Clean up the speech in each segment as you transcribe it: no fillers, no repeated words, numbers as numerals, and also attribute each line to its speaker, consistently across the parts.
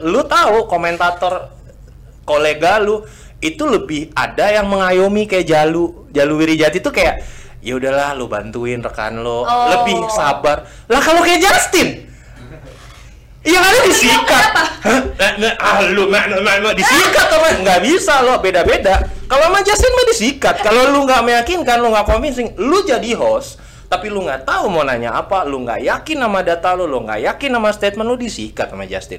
Speaker 1: lu tahu komentator kolega lu itu lebih ada yang mengayomi kayak Jalu Wirijati tuh kayak ya udahlah lu bantuin rekan lo, lebih sabar. Lah kalau kayak Justin iya kan disikat. Lu disikat apa? Nggak bisa lo, beda-beda. Kalau sama Justin mah disikat. Kalau lu nggak meyakinkan, lu nggak convincing, lu jadi host tapi lu nggak tahu mau nanya apa, lu nggak yakin sama data lu nggak yakin sama statement lu, disikat sama Justin.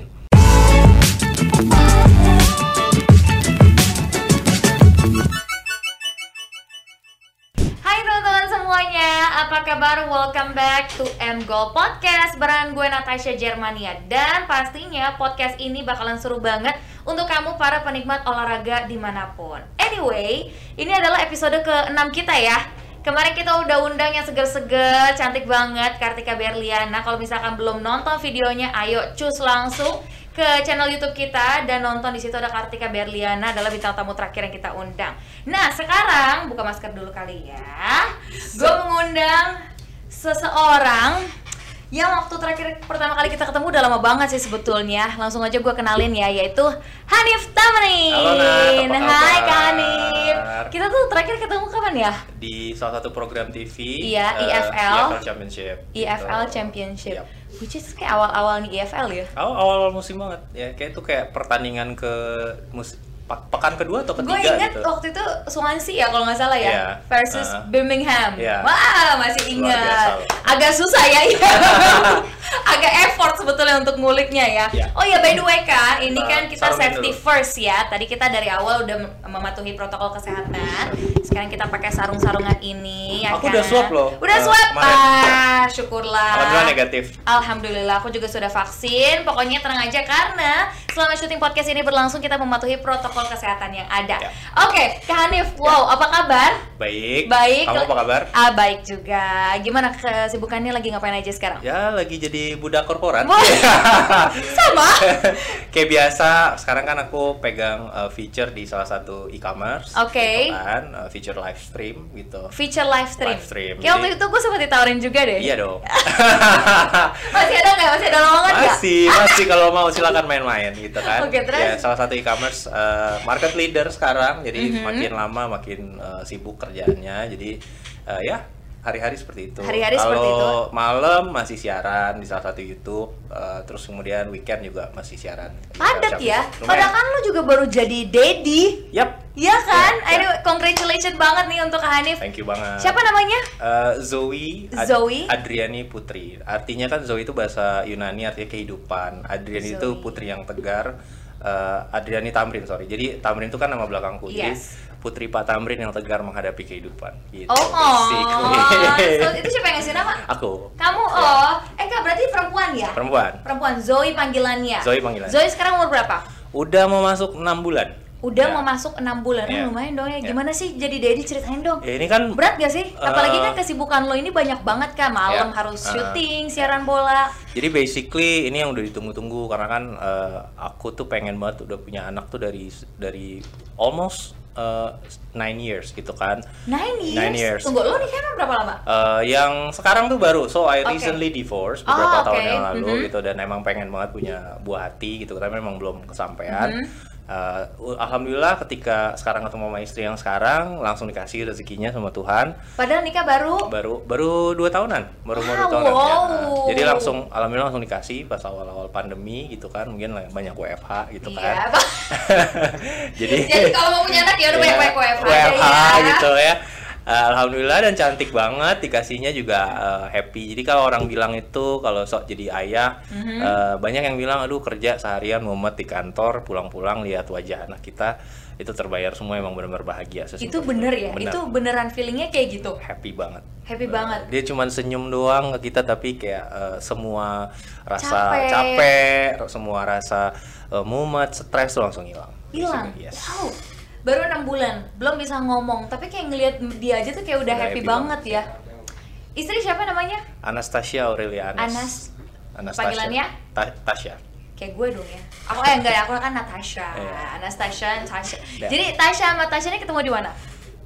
Speaker 2: Hai teman-teman semuanya, apa kabar? Welcome back to M-Goal Podcast bareng gue Natasha Germania. Dan pastinya podcast ini bakalan seru banget untuk kamu para penikmat olahraga dimanapun. Anyway, ini adalah episode ke-6 kita ya. Kemarin kita udah undang yang seger-seger, cantik banget, Kartika Berliana. Kalau misalkan belum nonton videonya, ayo cus langsung ke channel YouTube kita dan nonton. Di situ ada Kartika Berliana, adalah bintang tamu terakhir yang kita undang. Nah, sekarang buka masker dulu kali ya. Gue mengundang seseorang yang waktu terakhir pertama kali kita ketemu udah lama banget sih sebetulnya. Langsung aja gue kenalin ya, yaitu Hanif Tamrin.
Speaker 1: Halo Nat,
Speaker 2: Hai Kak Hanif. Kita tuh terakhir ketemu kapan ya?
Speaker 1: Di salah satu program TV.
Speaker 2: Iya, EFL
Speaker 1: Championship.
Speaker 2: EFL Championship.
Speaker 1: Yep.
Speaker 2: Which is kayak awal-awalnya EFL ya?
Speaker 1: Awal musim banget. Ya kayak itu kayak pertandingan ke pekan kedua atau ketiga.
Speaker 2: Gue inget
Speaker 1: gitu.
Speaker 2: waktu itu Swansea ya kalau nggak salah ya,
Speaker 1: Yeah.
Speaker 2: versus Birmingham.
Speaker 1: Yeah.
Speaker 2: Wah, masih ingat.
Speaker 1: Biasa.
Speaker 2: Agak susah ya, agak effort sebetulnya untuk nguliknya ya.
Speaker 1: Yeah.
Speaker 2: Oh ya, by the way Kak, ini kan kita
Speaker 1: sarungin
Speaker 2: safety
Speaker 1: dulu.
Speaker 2: first ya. Tadi kita dari awal udah mematuhi protokol kesehatan. Sekarang kita pakai sarung-sarungan ini. Ya
Speaker 1: Aku
Speaker 2: kan?
Speaker 1: udah swab loh.
Speaker 2: Udah swab,
Speaker 1: kemarin.
Speaker 2: syukurlah.
Speaker 1: Alhamdulillah negatif.
Speaker 2: Alhamdulillah, aku juga sudah vaksin. Pokoknya tenang aja karena selama syuting podcast ini berlangsung kita mematuhi protokol kesehatan yang ada.
Speaker 1: Ya.
Speaker 2: Oke, Kak Hanif, wow, apa kabar?
Speaker 1: Baik.
Speaker 2: Baik.
Speaker 1: Kamu apa kabar?
Speaker 2: Baik juga. Gimana kesibukannya, lagi ngapain aja sekarang?
Speaker 1: Ya lagi jadi budak korporat.
Speaker 2: Sama?
Speaker 1: Kayak biasa, sekarang kan aku pegang feature di salah satu e-commerce.
Speaker 2: Oke.
Speaker 1: Gitu kan, feature live stream gitu.
Speaker 2: Feature live stream.
Speaker 1: Live stream.
Speaker 2: Kayak waktu
Speaker 1: Jadi-
Speaker 2: itu gue sempat ditawarin juga deh.
Speaker 1: Iya dong.
Speaker 2: Masih ada nggak? Masih ada lowongan nggak?
Speaker 1: Masih kalau mau silakan main-main gitu kan.
Speaker 2: Oke, terus?
Speaker 1: Ya, salah satu e-commerce market leader sekarang. Jadi makin lama makin sibuk kerjaannya. Jadi ya hari-hari seperti itu.
Speaker 2: Hari-hari seperti itu.
Speaker 1: Kalau malam masih siaran di salah satu YouTube, terus kemudian weekend juga masih siaran.
Speaker 2: Padat ya.
Speaker 1: Lumayan.
Speaker 2: Padahal kan lu juga baru jadi daddy.
Speaker 1: Yap.
Speaker 2: Iya kan?
Speaker 1: Ya, ya.
Speaker 2: Aduh, congratulations banget nih untuk Kak Hanif.
Speaker 1: Thank you banget.
Speaker 2: Siapa namanya?
Speaker 1: Zoe Adriani Putri. Artinya kan Zoe itu bahasa Yunani, artinya kehidupan. Adriani itu
Speaker 2: Zoe.
Speaker 1: putri yang tegar. Adriani Tamrin, sorry. Jadi Tamrin itu kan nama belakangku. Jadi
Speaker 2: Yes.
Speaker 1: Putri Pak Tamrin yang tegar menghadapi kehidupan. Gitu.
Speaker 2: Oh,
Speaker 1: basically.
Speaker 2: so, itu siapa yang ngasih nama?
Speaker 1: Aku.
Speaker 2: Kamu, Kak berarti perempuan ya?
Speaker 1: Perempuan.
Speaker 2: Zoe panggilannya.
Speaker 1: Zoe panggilannya.
Speaker 2: Zoe sekarang umur berapa?
Speaker 1: Udah mau masuk 6 bulan.
Speaker 2: Udah
Speaker 1: Ya.
Speaker 2: mau masuk 6 bulan.
Speaker 1: Ya.
Speaker 2: Lumayan dong ya.
Speaker 1: Ya.
Speaker 2: Gimana sih jadi daddy, ceritain dong.
Speaker 1: Ya, ini kan
Speaker 2: Berat gak sih? Apalagi kan kesibukan lo ini banyak banget kan. Malam
Speaker 1: Ya.
Speaker 2: harus syuting, siaran bola.
Speaker 1: Jadi basically ini yang udah ditunggu-tunggu karena kan aku tuh pengen banget udah punya anak tuh dari almost 9 years gitu kan.
Speaker 2: 9 years?
Speaker 1: 9 years.
Speaker 2: Tunggu, lo nikah berapa lama?
Speaker 1: Yang sekarang tuh baru, so I
Speaker 2: Oke.
Speaker 1: recently divorced beberapa tahun
Speaker 2: oke.
Speaker 1: yang lalu gitu, dan emang pengen banget punya buah hati gitu, tapi memang belum kesampaian. Alhamdulillah ketika sekarang ketemu sama istri yang sekarang langsung dikasih rezekinya sama Tuhan.
Speaker 2: Padahal nikah baru?
Speaker 1: Baru 2 tahunan, baru mau 2 tahunan.
Speaker 2: wow.
Speaker 1: Ya. Jadi alhamdulillah langsung dikasih pas awal-awal pandemi gitu kan, mungkin banyak WFH gitu
Speaker 2: Iya,
Speaker 1: kan.
Speaker 2: Pak.
Speaker 1: Jadi
Speaker 2: kalau mau punya anak ya udah banyak WFH
Speaker 1: WFH
Speaker 2: ya.
Speaker 1: gitu ya. Alhamdulillah, dan cantik banget, dikasihnya juga happy. Jadi kalau orang bilang itu kalau sok jadi ayah, banyak yang bilang aduh kerja seharian mumet di kantor, pulang-pulang lihat wajah anak kita itu terbayar semua, emang benar-benar bahagia.
Speaker 2: Itu bener ya?
Speaker 1: Bener.
Speaker 2: Itu beneran feelingnya kayak gitu?
Speaker 1: Happy banget.
Speaker 2: Happy banget.
Speaker 1: Dia cuman senyum doang ke kita, tapi kayak semua rasa
Speaker 2: Capek.
Speaker 1: capek, semua rasa mumet, stres tuh langsung hilang.
Speaker 2: Hilang?
Speaker 1: Yes.
Speaker 2: Wow. Baru 6 bulan, belum bisa ngomong, tapi kayak ngelihat dia aja tuh kayak udah happy banget ya. Istri siapa namanya?
Speaker 1: Anastasia Aurelia Anastasia.
Speaker 2: Panggilannya?
Speaker 1: Tasya.
Speaker 2: Kayak gue dong ya. Aku enggak ya, aku kan Natasha.
Speaker 1: Iya.
Speaker 2: Anastasia, Tasha.
Speaker 1: Ya.
Speaker 2: Jadi Tasha sama Tasha ini ketemu di mana?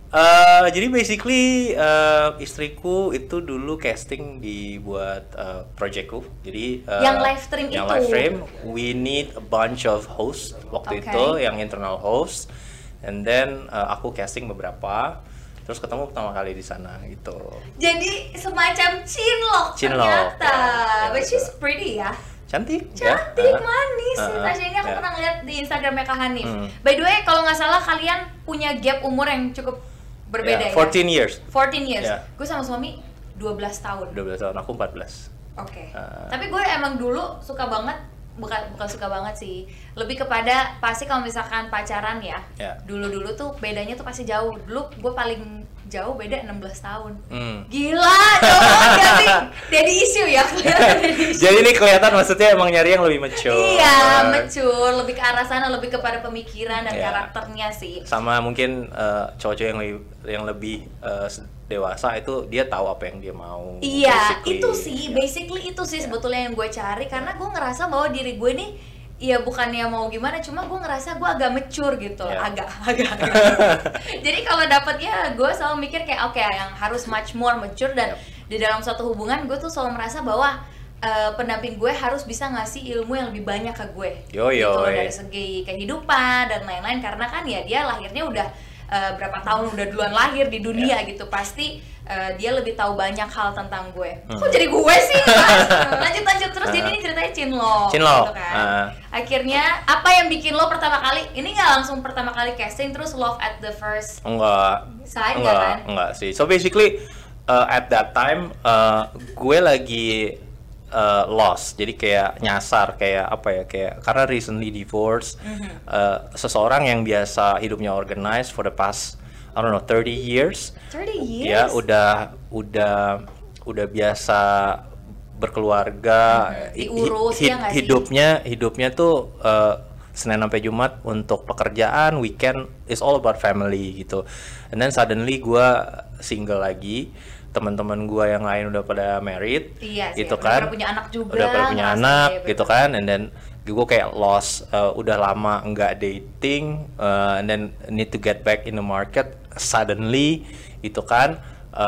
Speaker 1: Jadi basically istriku itu dulu casting buat projectku. Jadi
Speaker 2: yang live stream
Speaker 1: yang
Speaker 2: itu.
Speaker 1: live stream, we need a bunch of hosts waktu itu, yang internal host, and then aku casting beberapa, terus ketemu pertama kali di sana gitu.
Speaker 2: Jadi semacam Chinlock ternyata, but she's pretty ya.
Speaker 1: Cantik,
Speaker 2: manis. Tasya ini aku pernah ngeliat di Instagramnya Kak Hanif. By the way, kalau nggak salah kalian punya gap umur yang cukup berbeda
Speaker 1: 14 years.
Speaker 2: 14 years. Gue sama suami 12 tahun.
Speaker 1: 12 tahun, aku 14.
Speaker 2: Oke. Tapi gue emang dulu suka banget, bukan suka banget sih. Lebih kepada pasti kalau misalkan pacaran ya. Dulu-dulu tuh bedanya tuh pasti jauh. Dulu gue paling jauh beda 16 tahun. Gila, coba gak sih? Daddy issue ya.
Speaker 1: Jadi ini kelihatan maksudnya emang nyari yang lebih mature.
Speaker 2: Iya, mature, lebih ke arah sana, lebih kepada pemikiran dan karakternya sih.
Speaker 1: Sama mungkin cowok-cowok yang lebih dewasa itu dia tahu apa yang dia mau.
Speaker 2: Iya, itu sih, basically itu sih sebetulnya yang gue cari, karena gue ngerasa bahwa diri gue nih ya bukannya mau gimana, cuma gue ngerasa gue agak mature gitu, agak. Jadi kalau dapetnya gue selalu mikir kayak oke, yang harus much more mature, dan di dalam suatu hubungan gue tuh selalu merasa bahwa pendamping gue harus bisa ngasih ilmu yang lebih banyak ke gue. Gitu, dari segi kehidupan dan lain-lain, karena kan ya dia lahirnya udah berapa tahun udah duluan lahir di dunia gitu, pasti dia lebih tahu banyak hal tentang gue. Kok jadi gue sih? Lanjut terus. Jadi ini ceritanya Chinlock gitu kan. Akhirnya apa yang bikin lo pertama kali ini nggak langsung pertama kali casting terus love at the first sight kan?
Speaker 1: Enggak sih. So basically at that time gue lagi lost, jadi kayak nyasar, kayak apa ya, kayak karena recently divorced. Seseorang yang biasa hidupnya organized for the past I don't know 30 years.
Speaker 2: 30 years?
Speaker 1: Ya udah biasa berkeluarga,
Speaker 2: diurus ya nggak sih?
Speaker 1: Hidupnya tuh Senin sampai Jumat untuk pekerjaan, weekend is all about family gitu. And then suddenly gue single lagi. Teman-teman gue yang lain udah pada married, gitu kan,
Speaker 2: udah punya anak juga,
Speaker 1: udah pada punya anak, gitu kan, and then gue kayak lost, udah lama nggak dating, and then need to get back in the market suddenly, gitu kan,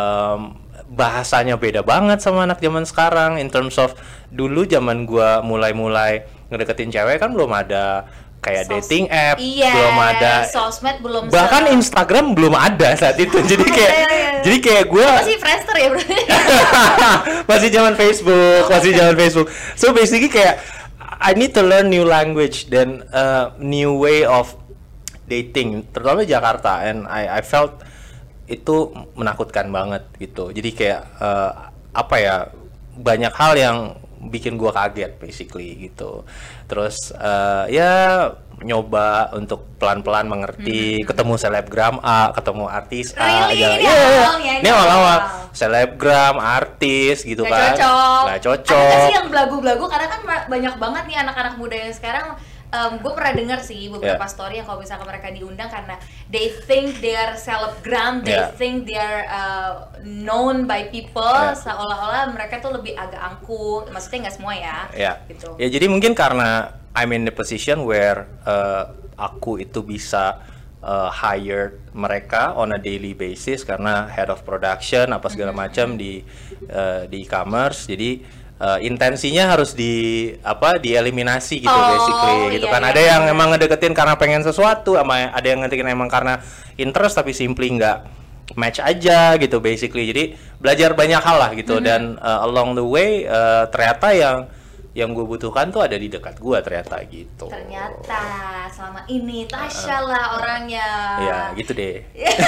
Speaker 1: bahasanya beda banget sama anak zaman sekarang, in terms of dulu zaman gue mulai ngedeketin cewek kan belum ada kayak dating app, belum ada
Speaker 2: sosmed, belum
Speaker 1: bahkan Instagram belum ada saat itu. Jadi kayak gue
Speaker 2: masih Friendster ya bro.
Speaker 1: masih zaman Facebook. So basically kayak I need to learn new language dan new way of dating, terutama di Jakarta, and I felt itu menakutkan banget gitu. Jadi kayak apa ya, banyak hal yang bikin gue kaget basically gitu. Terus ya nyoba untuk pelan-pelan mengerti, ketemu selebgram A, ketemu artis A aja. Ini awal-awal selebgram, artis gitu kan. Nggak cocok.
Speaker 2: Ada sih yang belagu-belagu, karena kan banyak banget nih anak-anak muda yang sekarang. Gue pernah dengar sih beberapa story yang kalau misalkan mereka diundang karena they think they are selebgram, they think they are known by people, seolah-olah mereka tuh lebih agak angkuh, maksudnya nggak semua ya. Gitu.
Speaker 1: Ya jadi mungkin karena I'm in the position where aku itu bisa hire mereka on a daily basis karena head of production apa segala macam di e-commerce, jadi intensinya harus dieliminasi gitu basically gitu kan. Ada yang emang ngedeketin karena pengen sesuatu, sama ada yang ngedeketin emang karena interest tapi simply nggak match aja gitu basically. Jadi belajar banyak hal lah gitu, dan along the way ternyata yang gue butuhkan tuh ada di dekat gue ternyata gitu.
Speaker 2: Ternyata selama ini Tasya lah orangnya.
Speaker 1: Ya gitu deh.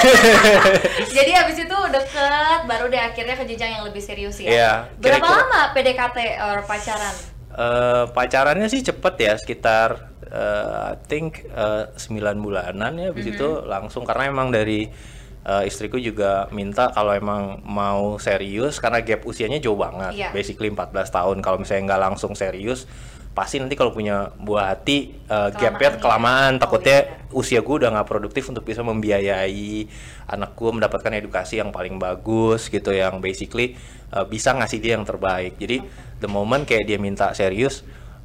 Speaker 2: Jadi habis itu deket, baru deh akhirnya ke jenjang yang lebih serius ya.
Speaker 1: Yeah,
Speaker 2: berapa lama PDKT or pacaran?
Speaker 1: Pacarannya sih cepet ya, sekitar I think 9 bulanan ya. Habis itu langsung, karena emang dari istriku juga minta kalau emang mau serius, karena gap usianya jauh banget, basically 14 tahun. Kalau misalnya nggak langsung serius, pasti nanti kalau punya buah hati gapnya kelamaan. Takutnya usia gue udah nggak produktif untuk bisa membiayai anak gue mendapatkan edukasi yang paling bagus gitu, yang basically bisa ngasih dia yang terbaik. Jadi the moment kayak dia minta serius,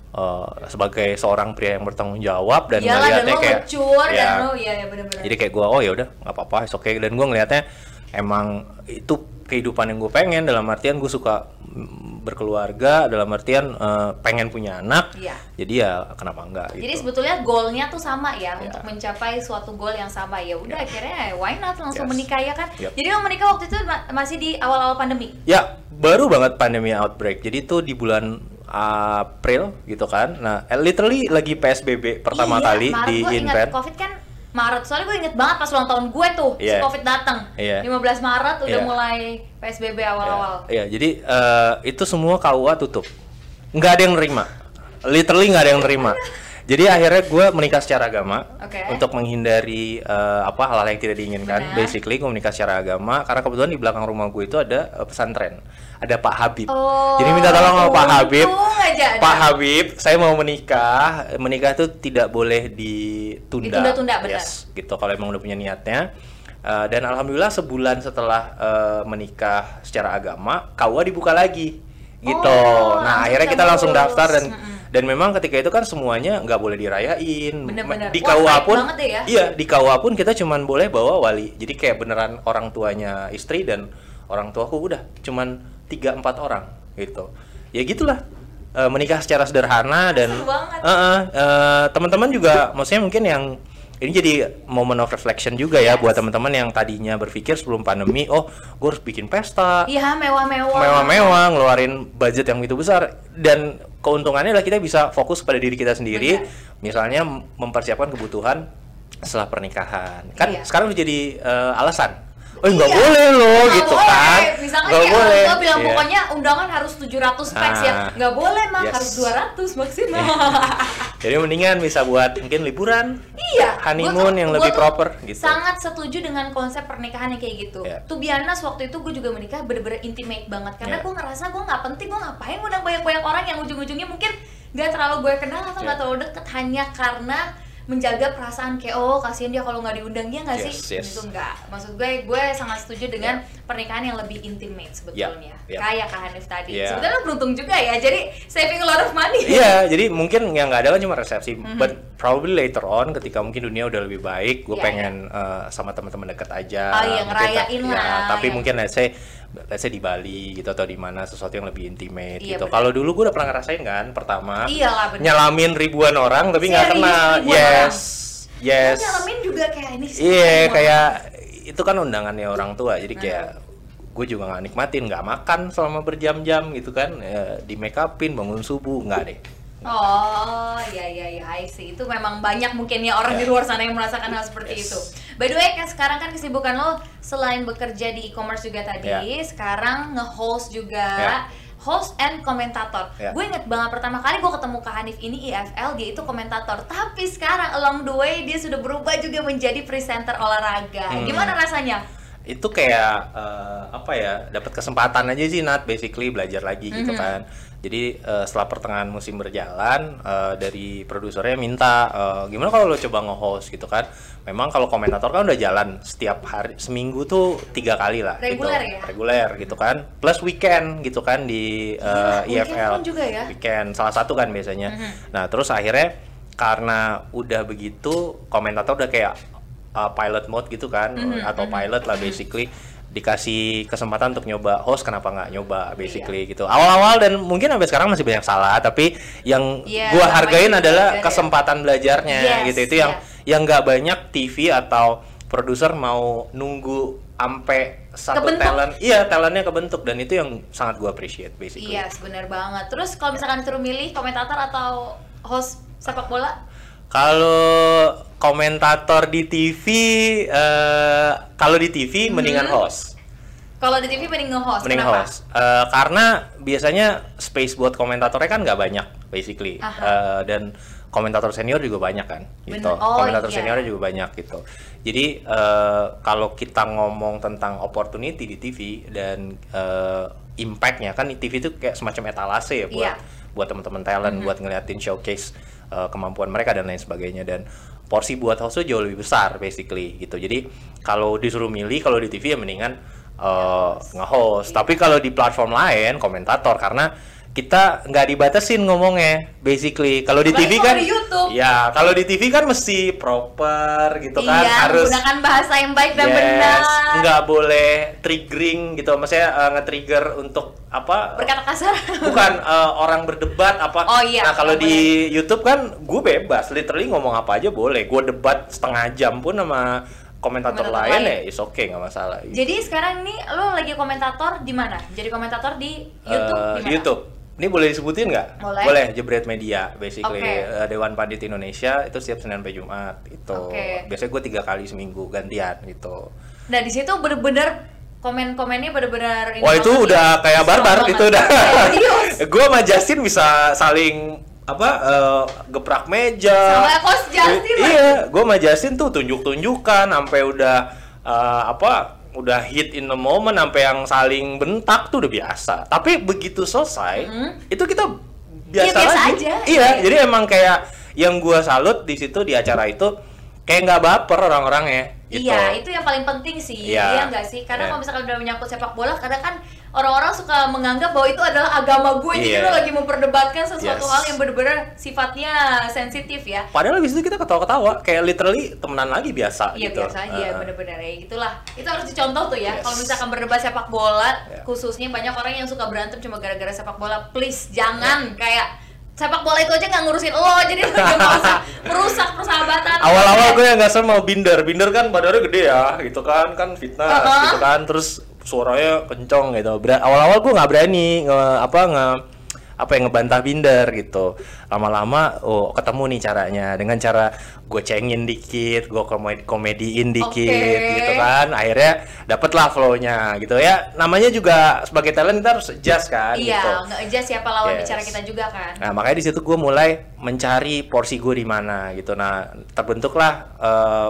Speaker 1: sebagai seorang pria yang bertanggung jawab dan
Speaker 2: iyalah,
Speaker 1: ngeliatnya
Speaker 2: dan lo
Speaker 1: kayak
Speaker 2: mature,
Speaker 1: ya,
Speaker 2: dan lo ya benar-benar.
Speaker 1: jadi kayak gue oh ya udah nggak apa-apa, oke. Dan gue ngelihatnya emang itu kehidupan yang gue pengen, dalam artian gue suka berkeluarga, dalam artian pengen punya anak.
Speaker 2: Iya.
Speaker 1: Jadi ya kenapa enggak gitu.
Speaker 2: Jadi sebetulnya goalnya tuh sama ya, untuk mencapai suatu goal yang sama. Ya udah akhirnya why not langsung menikah ya kan. Jadi lo menikah waktu itu masih di awal-awal pandemi?
Speaker 1: Ya, baru banget pandemi outbreak. Jadi itu di bulan April gitu kan. Nah, literally lagi PSBB pertama kali
Speaker 2: Maret
Speaker 1: di
Speaker 2: gue
Speaker 1: Inpen.
Speaker 2: ingat Covid kan Maret, soalnya gue inget banget pas ulang tahun gue tuh si Covid datang. 15 Maret udah mulai PSBB awal-awal.
Speaker 1: Iya, jadi itu semua KUA tutup. Nggak ada yang nerima. Literally nggak ada yang nerima. Jadi akhirnya gue menikah secara agama untuk menghindari hal-hal yang tidak diinginkan. Basically gue menikah secara agama karena kebetulan di belakang rumah gue itu ada pesantren, ada Pak Habib. Jadi minta tolong sama Pak Habib. Pak Habib, saya mau menikah. Menikah itu tidak boleh ditunda.
Speaker 2: Ditunda-tunda, benar.
Speaker 1: Yes, gitu kalau emang udah punya niatnya. Dan alhamdulillah sebulan setelah menikah secara agama, KUA dibuka lagi. Gitu. Nah akhirnya kita langsung daftar dan memang ketika itu kan semuanya nggak boleh dirayain.
Speaker 2: Bener-bener.
Speaker 1: Di KUA pun,
Speaker 2: ya?
Speaker 1: iya di KUA pun kita cuman boleh bawa wali. Jadi kayak beneran orang tuanya istri dan orang tuaku udah cuman 3-4 orang gitu. Ya gitulah. Menikah secara sederhana dan teman-teman juga, maksudnya mungkin yang ini jadi moment of reflection juga ya buat teman-teman yang tadinya berpikir sebelum pandemi, oh gue harus bikin pesta,
Speaker 2: iya mewah-mewah,
Speaker 1: ngeluarin budget yang begitu besar, dan keuntungannya adalah kita bisa fokus pada diri kita sendiri. Misalnya mempersiapkan kebutuhan setelah pernikahan kan sekarang udah jadi alasan. Oh nggak boleh loh gitu boleh. Kan
Speaker 2: misalkan nggak boleh lo bilang pokoknya undangan harus 700 packs ya nggak boleh mah harus 200 maksimal.
Speaker 1: Jadi mendingan bisa buat mungkin liburan, honeymoon yang lebih proper gitu.
Speaker 2: Sangat setuju dengan konsep pernikahan yang kayak gitu. Tuh biasa waktu itu gue juga menikah bener-bener intimate banget karena gue ngerasa gue nggak penting, gue ngapain ngundang banyak-banyak orang yang ujung-ujungnya mungkin nggak terlalu gue kenal atau nggak terlalu deket, hanya karena menjaga perasaan kayak kasihan dia kalau nggak diundang, dia nggak sih? Itu enggak. Maksud gue sangat setuju dengan pernikahan yang lebih intimate sebetulnya. Kayak Kak Hanif tadi. Sebetulnya lo beruntung juga ya, jadi saving a lot of money.
Speaker 1: Iya, jadi mungkin yang nggak ada kan cuma resepsi. But probably later on ketika mungkin dunia udah lebih baik, gue pengen sama teman-teman dekat aja.
Speaker 2: Ngerayain lah.
Speaker 1: Tapi mungkin let's say di Bali gitu atau di mana sesuatu yang lebih intimate gitu. Kalau dulu gue udah pernah ngerasain kan, pertama nyalamin ribuan orang tapi nggak kenal. Yes.
Speaker 2: Nyalamin juga kayak ini sih.
Speaker 1: Iya, kayak itu kan undangannya orang tua. Jadi kayak gue juga nggak nikmatin, nggak makan selama berjam-jam gitu kan. Di make upin, bangun subuh, nggak deh.
Speaker 2: Oh, ya, I see. Itu memang banyak mungkin ya orang di luar sana yang merasakan hal seperti itu. By the way, sekarang kan kesibukan lo selain bekerja di e-commerce juga tadi, sekarang nge-host juga. Host and komentator. Gue inget banget pertama kali gue ketemu Kak Hanif ini IFL, dia itu komentator. Tapi sekarang along the way dia sudah berubah juga menjadi presenter olahraga. Gimana rasanya?
Speaker 1: Itu kayak dapat kesempatan aja sih, Nat, basically belajar lagi gitu kan. Jadi setelah pertengahan musim berjalan, dari produsernya minta gimana kalau lo coba nge-host gitu kan. Memang kalau komentator kan udah jalan setiap hari, seminggu tuh 3 kali lah
Speaker 2: reguler
Speaker 1: gitu. Reguler gitu kan, plus weekend gitu kan di IFL
Speaker 2: juga ya?
Speaker 1: Weekend salah satu kan biasanya. Nah terus akhirnya karena udah begitu, komentator udah kayak pilot mode gitu kan, atau pilot lah basically, dikasih kesempatan untuk nyoba host, kenapa nggak nyoba basically gitu. Awal-awal dan mungkin sampai sekarang masih banyak salah, tapi yang gua hargain adalah kesempatan belajarnya gitu. Itu yang nggak banyak TV atau produser mau nunggu sampai satu talent, talentnya kebentuk, dan itu yang sangat gua appreciate basically.
Speaker 2: Benar banget. Terus kalau misalkan disuruh milih komentator atau host sepak bola?
Speaker 1: Kalau komentator di TV, kalau di TV mendingan host.
Speaker 2: Kalau di TV mending nge-host.
Speaker 1: Host. Karena biasanya space buat komentatornya kan nggak banyak basically. Dan komentator senior juga banyak kan gitu. Komentator seniornya juga banyak gitu. Jadi kalau kita ngomong tentang opportunity di TV dan impact-nya kan, di TV itu kayak semacam etalase ya buat teman-teman talent, buat ngeliatin showcase kemampuan mereka dan lain sebagainya, dan porsi buat host jauh lebih besar basically gitu. Jadi kalau disuruh milih, kalau di TV ya mendingan nge-host. Tapi kalau di platform lain komentator, karena kita nggak dibatasin ngomongnya, basically. Kalau di TV kan,
Speaker 2: di YouTube.
Speaker 1: ya kalau di TV kan mesti proper gitu kan, harus
Speaker 2: menggunakan bahasa yang baik dan benar.
Speaker 1: Nggak boleh triggering gitu, maksudnya nge-trigger untuk apa?
Speaker 2: Berkata kasar.
Speaker 1: Bukan orang berdebat apa.
Speaker 2: Oh iya.
Speaker 1: Nah kalau di YouTube kan gue bebas, literally ngomong apa aja boleh. Gue debat setengah jam pun sama komentator lain ya, is okay, nggak masalah.
Speaker 2: Jadi sekarang nih lo lagi komentator di mana? Jadi komentator di YouTube di mana?
Speaker 1: Di YouTube. Ini boleh disebutin nggak?
Speaker 2: Boleh.
Speaker 1: Jebret Media, basically.
Speaker 2: Okay.
Speaker 1: Dewan Pandit Indonesia itu setiap Senin sampai Jumat. Itu.
Speaker 2: Okay.
Speaker 1: Biasanya gue 3 kali seminggu gantian gitu.
Speaker 2: Nah di situ bener-bener komen-komennya bener-bener.
Speaker 1: Wah itu udah kayak barbar itu udah. Gue sama Justin bisa saling geprak meja.
Speaker 2: Sama Coach Justin.
Speaker 1: Iya, gue sama Justin tuh tunjuk-tunjukkan sampai udah udah hit in the moment, sampai yang saling bentak tuh udah biasa. Tapi begitu selesai, itu kita biasa lagi.
Speaker 2: Aja.
Speaker 1: Iya, jadi emang kayak yang gue salut di situ di acara itu kayak nggak baper orang-orangnya. Gitu.
Speaker 2: Iya, itu yang paling penting sih, iya nggak sih? Karena kalau misalkan udah menyangkut sepak bola, kadang kan orang-orang suka menganggap bahwa itu adalah agama gue, jadi lo lagi memperdebatkan sesuatu hal yang benar-benar sifatnya sensitif ya.
Speaker 1: Padahal abis itu kita ketawa-ketawa, kayak literally temenan lagi biasa.
Speaker 2: Iya
Speaker 1: gitu.
Speaker 2: Biasa aja, bener-bener ya gitulah. Itu harus dicontoh tuh ya. Kalau misalkan berdebat sepak bola, khususnya banyak orang yang suka berantem cuma gara-gara sepak bola, please jangan kayak sepak bola itu aja nggak ngurusin lo, jadi lo nggak usah merusak persahabatan.
Speaker 1: Awal-awal gue yang nggak sama Binder kan badannya gede ya, gitu kan fitness, gitu kan, terus suaranya kencong gitu. Awal-awal gue nggak berani ngebantah Binder gitu. Lama-lama ketemu nih caranya, dengan cara gue cengin dikit, gue komediin dikit gitu kan. Akhirnya dapetlah flow-nya gitu ya. Namanya juga sebagai talent kita harus adjust kan.
Speaker 2: Iya,
Speaker 1: gitu.
Speaker 2: nggak adjust siapa lawan bicara kita juga kan.
Speaker 1: Nah makanya di situ gue mulai mencari porsi gue di mana gitu. Nah terbentuklah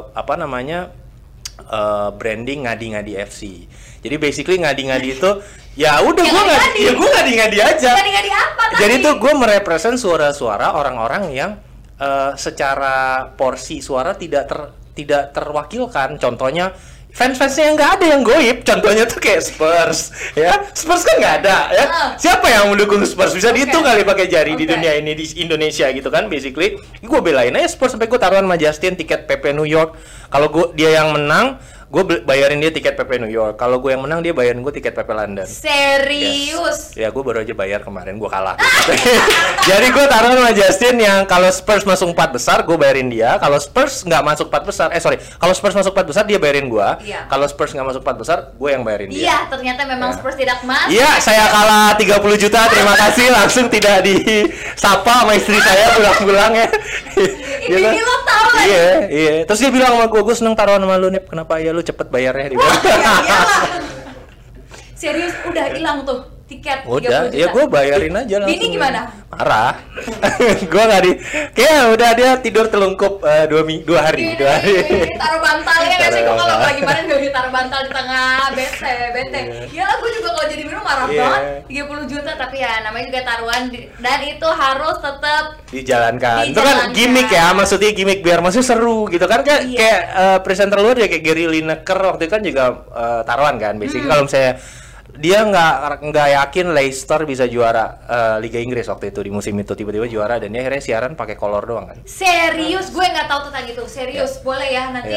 Speaker 1: branding Ngadi-Ngadi FC. Jadi basically Ngadi-Ngadi itu ya udah gue ngadi-ngadi aja.
Speaker 2: Ngadi-ngadi apa tadi?
Speaker 1: Jadi tuh gue merepresent suara-suara orang-orang yang secara porsi suara tidak terwakilkan. Contohnya fans-fansnya yang nggak ada yang goib. Contohnya tuh kayak Spurs, ya. Spurs kan nggak ada, ya. Siapa yang mendukung Spurs? Bisa dihitung kali pakai jari di dunia ini, di Indonesia gitu kan. Basically, gue belain aja Spurs sampai gue taruhan sama Justin tiket PP New York. Kalau dia yang menang, gue bayarin dia tiket PP New York. Kalau gue yang menang, dia bayarin gue tiket PP London.
Speaker 2: Serius?
Speaker 1: Ya gue baru aja bayar kemarin, gue kalah. Jadi gue taruh sama Justin yang kalau Spurs masuk 4 besar, gue bayarin dia. Kalau Spurs nggak masuk 4 besar, kalau Spurs masuk 4 besar, dia bayarin gue.
Speaker 2: Iya.
Speaker 1: Kalau Spurs nggak masuk 4 besar, gue yang bayarin dia.
Speaker 2: Iya, ternyata memang Spurs tidak masuk.
Speaker 1: Iya, saya kalah 30 juta, terima kasih. Langsung tidak disapa sama istri saya pulang-pulang ya.
Speaker 2: Ini lo tau lah.
Speaker 1: Iya. Terus dia bilang sama gue seneng taruhan sama lu, Nip. Kenapa ya lu cepet bayarnya?
Speaker 2: Wah, ya iyalah. Serius, udah hilang tuh tiket 30
Speaker 1: udah,
Speaker 2: juta.
Speaker 1: ya gue bayarin aja langsung.
Speaker 2: Bini gimana?
Speaker 1: Marah. Gue nggak kayak udah dia tidur telungkup 2 hari.
Speaker 2: Taruh bantalnya nggak sih? Gue kalau lagi kemarin gue ditaruh bantal di tengah bete. Iyalah gue juga kalau jadi minum marah banget. 30 juta tapi ya namanya juga taruhan dan itu harus tetap
Speaker 1: dijalankan. Itu kan gimmick ya, maksudnya gimmick biar masih seru gitu kan. Kayak presenter luar ya kayak Gary Lineker waktu itu kan juga taruhan kan. Basically kalau misalnya dia nggak yakin Leicester bisa juara Liga Inggris waktu itu di musim itu, tiba-tiba juara dan dia akhirnya siaran pakai kolor doang kan.
Speaker 2: Serius, gue nggak tahu tentang itu. Serius, boleh ya nanti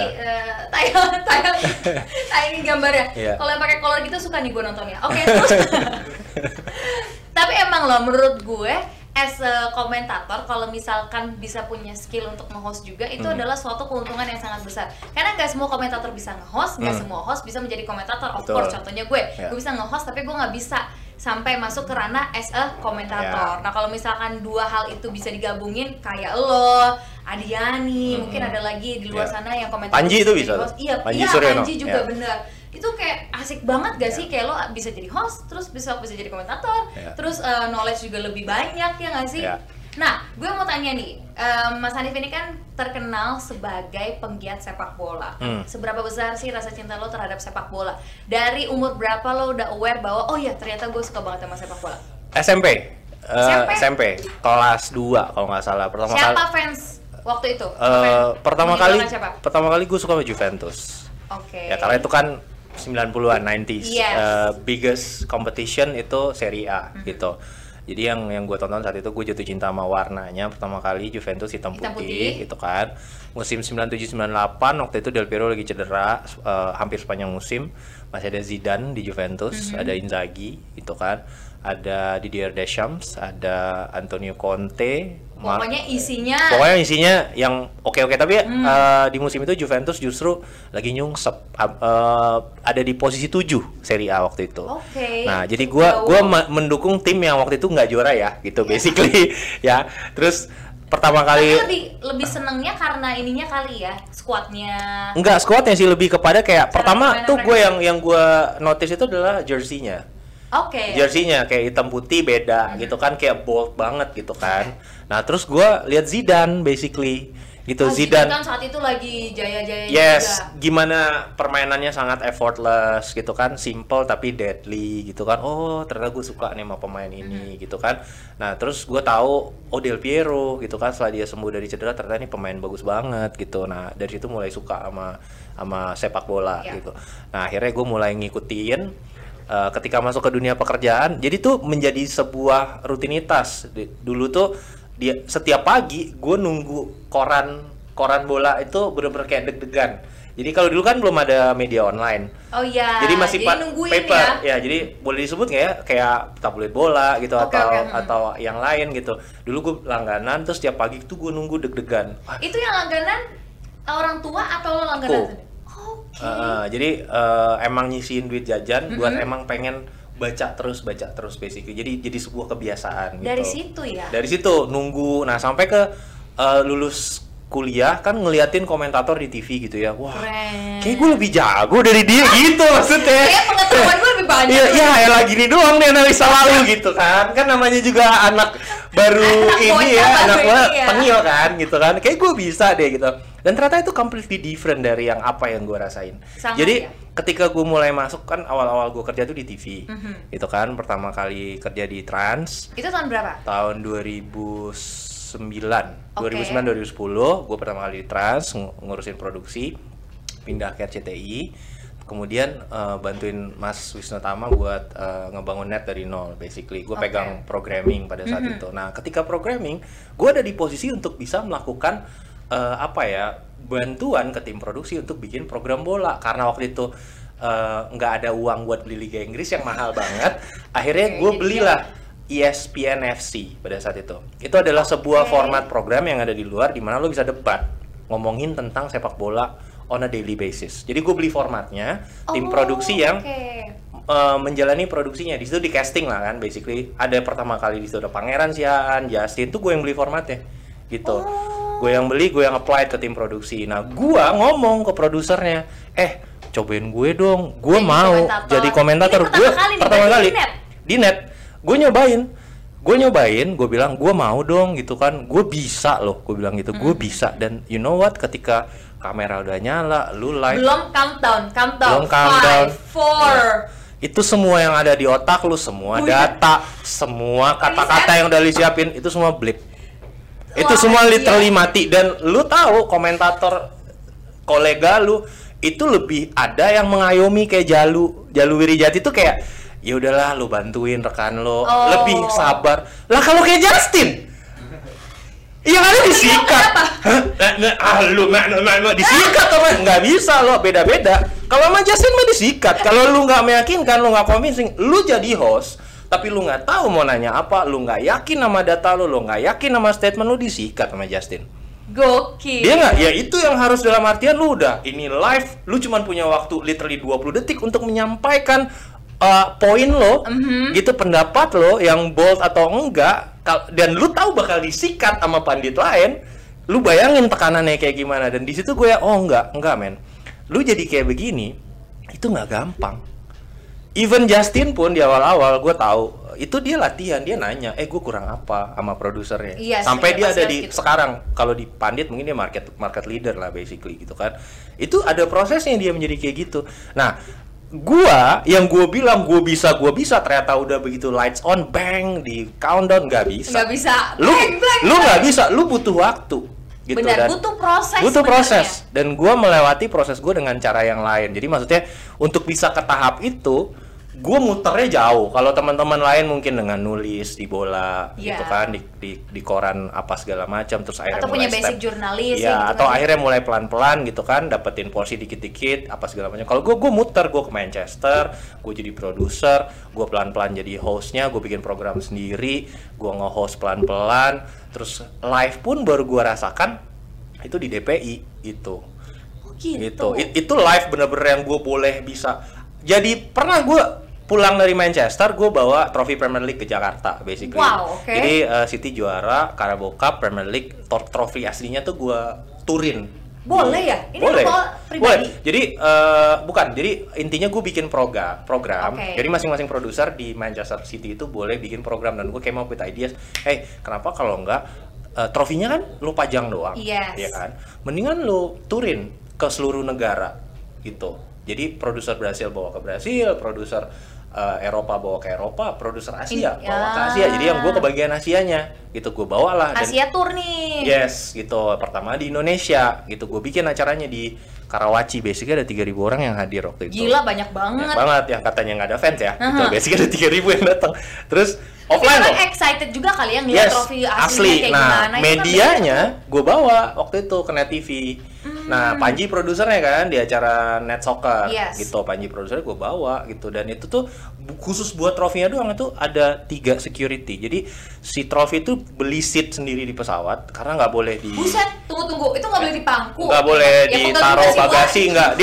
Speaker 2: tayangin gambarnya. Kalau yang pakai kolor gitu suka nih gue nontonnya. Oke, terus. Tapi emang loh menurut gue as a komentator kalau misalkan bisa punya skill untuk nge-host juga itu adalah suatu keuntungan yang sangat besar karena nggak semua komentator bisa nge-host, nggak semua host bisa menjadi komentator. Of course, contohnya gue bisa nge-host tapi gue nggak bisa sampai masuk ke ranah as a komentator. Nah kalau misalkan dua hal itu bisa digabungin kayak lo, Adiani, mungkin ada lagi di luar sana yang komentator
Speaker 1: Panji itu bisa.
Speaker 2: Panji juga bener. Itu kayak asik banget gak sih? Kayak lo bisa jadi host, terus bisa jadi komentator, terus knowledge juga lebih banyak ya gak sih? Nah, gue mau tanya nih, Mas Hanif ini kan terkenal sebagai penggiat sepak bola. Seberapa besar sih rasa cinta lo terhadap sepak bola? Dari umur berapa lo udah aware bahwa oh ya ternyata gue suka banget sama sepak bola?
Speaker 1: SMP, kelas 2 kalau nggak salah.
Speaker 2: Siapa fans waktu itu?
Speaker 1: Pertama kali gue suka sama Juventus.
Speaker 2: Oke.
Speaker 1: Ya karena itu kan 90-an, 90s. Biggest competition itu Serie A gitu. Jadi yang gue tonton saat itu, gue jatuh cinta sama warnanya pertama kali Juventus hitam putih gitu kan. Musim 97-98 waktu itu Del Piero lagi cedera hampir sepanjang musim. Masih ada Zidane di Juventus, ada Inzaghi gitu kan. Ada Didier Deschamps, ada Antonio Conte.
Speaker 2: Pokoknya isinya
Speaker 1: yang oke-oke, tapi di musim itu Juventus justru lagi nyungsep, ada di posisi 7 Serie A waktu itu. Nah, jadi gua mendukung tim yang waktu itu nggak juara ya, gitu basically ya. Terus pertama kali
Speaker 2: lebih senengnya karena ininya kali ya, skuadnya.
Speaker 1: Enggak, skuadnya sih lebih kepada kayak pertama tuh gue yang gue notice itu adalah jersey-nya. Jersey-nya kayak hitam putih beda gitu kan, kayak bold banget gitu kan. Nah, terus gue lihat Zidane basically gitu. Zidane
Speaker 2: kan saat itu lagi jaya-jaya
Speaker 1: yes,
Speaker 2: juga.
Speaker 1: Gimana permainannya sangat effortless gitu kan, simple tapi deadly gitu kan. Oh, ternyata gue suka nih sama pemain ini gitu kan. Nah, terus gue tahu Del Piero gitu kan, setelah dia sembuh dari cedera ternyata ini pemain bagus banget gitu. Nah, dari situ mulai suka sama sepak bola gitu. Nah, akhirnya gue mulai ngikutin ketika masuk ke dunia pekerjaan. Jadi tuh menjadi sebuah rutinitas. Dulu tuh setiap pagi gue nunggu koran bola itu bener-bener kayak deg-degan. Jadi kalau dulu kan belum ada media online.
Speaker 2: Oh iya.
Speaker 1: Jadi masih paper
Speaker 2: ya.
Speaker 1: Jadi boleh disebut nggak ya kayak tabloid bola gitu atau yang lain gitu. Dulu gue langganan, terus setiap pagi tuh gue nunggu deg-degan.
Speaker 2: Itu yang langganan orang tua atau lo langganan?
Speaker 1: Jadi emang nyisihin duit jajan buat emang pengen baca terus basically. Jadi sebuah kebiasaan gitu.
Speaker 2: Dari situ ya? Dari
Speaker 1: situ nunggu. Nah, sampai ke lulus kuliah kan ngeliatin komentator di TV gitu ya. Wah, kayak gue lebih jago dari dia gitu maksudnya.
Speaker 2: Kayak pengetahuan gue lebih banyak.
Speaker 1: Iya, ya gini doang nih analisa lalu gitu kan. Kan namanya juga anak baru ini ya, anak gue tengil kan gitu kan. Kayak gue bisa deh gitu. Dan ternyata itu completely different dari yang apa yang gue rasain. Jadi ketika gue mulai masuk kan awal-awal gue kerja tuh di TV, gitu kan. Pertama kali kerja di Trans.
Speaker 2: Itu tahun berapa?
Speaker 1: Tahun 2009-2010 gue pertama kali di Trans ngurusin produksi, pindah ke RCTI, kemudian bantuin Mas Wisnu Tama buat ngebangun net dari nol basically. Gue pegang programming pada saat itu. Nah, ketika programming gue ada di posisi untuk bisa melakukan bantuan ke tim produksi untuk bikin program bola, karena waktu itu nggak ada uang buat beli Liga Inggris yang mahal banget. Akhirnya gue belilah ESPN FC pada saat itu. Itu adalah sebuah format program yang ada di luar, di mana lo bisa debat ngomongin tentang sepak bola on a daily basis. Jadi gue beli formatnya, tim produksi yang menjalani produksinya. Di situ di casting lah kan basically. Ada pertama kali di situ ada Pangeran Siaan, Justin, tuh gue yang beli formatnya gitu. Gue yang beli, gue yang apply ke tim produksi. Nah, gue ngomong ke produsernya, cobain gue dong, gue mau jadi komentator. Gue pertama kali di net, gue nyobain, gue bilang gue mau dong gitu kan, gue bisa loh, gue bilang gitu, gue bisa. Dan you know what, ketika kamera udah nyala, lu live,
Speaker 2: belum countdown, 5, 4.
Speaker 1: Itu semua yang ada di otak lu, semua data, semua kata-kata yang udah disiapin, itu semua blip. Itu semua literally mati. Dan lu tahu komentator kolega lu itu lebih ada yang mengayomi kayak Jalu Wirijati tuh kayak ya udahlah lu bantuin rekan lo, lebih sabar. Lah kalau kayak Justin iya kan disikat. Lu disikat apa? Nggak bisa lo, beda-beda. Kalau sama Justin mah disikat. Kalau lu nggak meyakinkan, lu nggak convincing, lu jadi host tapi lu nggak tahu mau nanya apa, lu nggak yakin sama data lu nggak yakin sama statement lu, disikat sama Justin.
Speaker 2: Gokil.
Speaker 1: Dia nggak, ya itu yang harus dalam artian lu udah ini live, lu cuman punya waktu literally 20 detik untuk menyampaikan poin lo, gitu, pendapat lo yang bold atau enggak, dan lu tahu bakal disikat sama pandit lain. Lu bayangin tekanannya kayak gimana. Dan di situ gue enggak men, lu jadi kayak begini itu nggak gampang. Even Justin pun di awal-awal gue tahu itu dia latihan, dia nanya, gue kurang apa sama produsernya. Sampai dia ada di gitu. Sekarang kalau di Pandit mungkin dia market leader lah basically gitu kan. Itu ada prosesnya dia menjadi kayak gitu. Nah, yang gue bilang gue bisa ternyata udah begitu lights on bang di countdown nggak bisa. Lu nggak bisa, lu butuh waktu. Gitu.
Speaker 2: Benar,
Speaker 1: dan
Speaker 2: butuh proses.
Speaker 1: Dan gue melewati proses gue dengan cara yang lain. Jadi maksudnya untuk bisa ke tahap itu, gue muternya jauh. Kalau teman-teman lain mungkin dengan nulis di bola
Speaker 2: Iya.
Speaker 1: gitu kan, di koran apa segala macam, terus akhirnya
Speaker 2: Atau punya
Speaker 1: mulai
Speaker 2: basic
Speaker 1: step.
Speaker 2: jurnalis
Speaker 1: Iya,
Speaker 2: gitu
Speaker 1: atau
Speaker 2: kan.
Speaker 1: akhirnya mulai pelan-pelan gitu kan, dapetin porsi dikit-dikit apa segala macam. Kalau gue muter, gue ke Manchester, gue jadi produser, gue pelan-pelan jadi hostnya, gue bikin program sendiri, gue nge-host pelan-pelan, terus live pun baru gue rasakan itu di DPI gitu.
Speaker 2: Gitu.
Speaker 1: Itu live bener-bener yang gue boleh bisa. Jadi pernah gue pulang dari Manchester, gue bawa trofi Premier League ke Jakarta, basically.
Speaker 2: Wow, oke.
Speaker 1: Jadi City juara, Carabao Cup, Premier League, trofi aslinya tuh gue turin.
Speaker 2: Boleh ya? Ini
Speaker 1: Boleh.
Speaker 2: lo bawa pribadi?
Speaker 1: Boleh. Jadi bukan. Jadi intinya gue bikin program.
Speaker 2: Oke.
Speaker 1: Jadi masing-masing produser di Manchester City itu boleh bikin program, dan gue came up with ideas. Hey, kenapa kalau enggak trofinya kan lo pajang doang,
Speaker 2: Yes.
Speaker 1: ya kan? Mendingan lo turin ke seluruh negara gitu. Jadi produser Brasil bawa ke Brasil, produser Eropa bawa ke Eropa, produser Asia bawa ke Asia. Jadi yang gue kebagian Asianya gitu, gue bawalah.
Speaker 2: Asia tour nih.
Speaker 1: Yes, gitu. Pertama di Indonesia, gitu. Gue bikin acaranya di Karawaci. Basically ada 3.000 orang yang hadir waktu itu.
Speaker 2: Gila, banyak banget.
Speaker 1: Banyak banget, yang katanya nggak ada fans ya. Gitu. Basically ada 3.000 yang datang. Terus offline
Speaker 2: Tapi
Speaker 1: loh.
Speaker 2: kan excited juga kali ya ngeliat
Speaker 1: Yes,
Speaker 2: trofi aslinya
Speaker 1: asli.
Speaker 2: kayak
Speaker 1: Nah,
Speaker 2: gimana. Itu kan
Speaker 1: medianya gue bawa waktu itu ke Net TV. Nah, Panji produsernya kan di acara Net Soccer,
Speaker 2: Yes.
Speaker 1: gitu. Panji produsernya gue bawa gitu, dan itu tuh khusus buat trofinya doang. Itu ada 3 security. Jadi si trofi itu beli seat sendiri di pesawat karena nggak boleh di
Speaker 2: Buset, tunggu. Itu nggak boleh dipangku.
Speaker 1: nggak boleh
Speaker 2: Ya,
Speaker 1: ditaruh
Speaker 2: pegal
Speaker 1: bagasi,
Speaker 2: juga.
Speaker 1: nggak.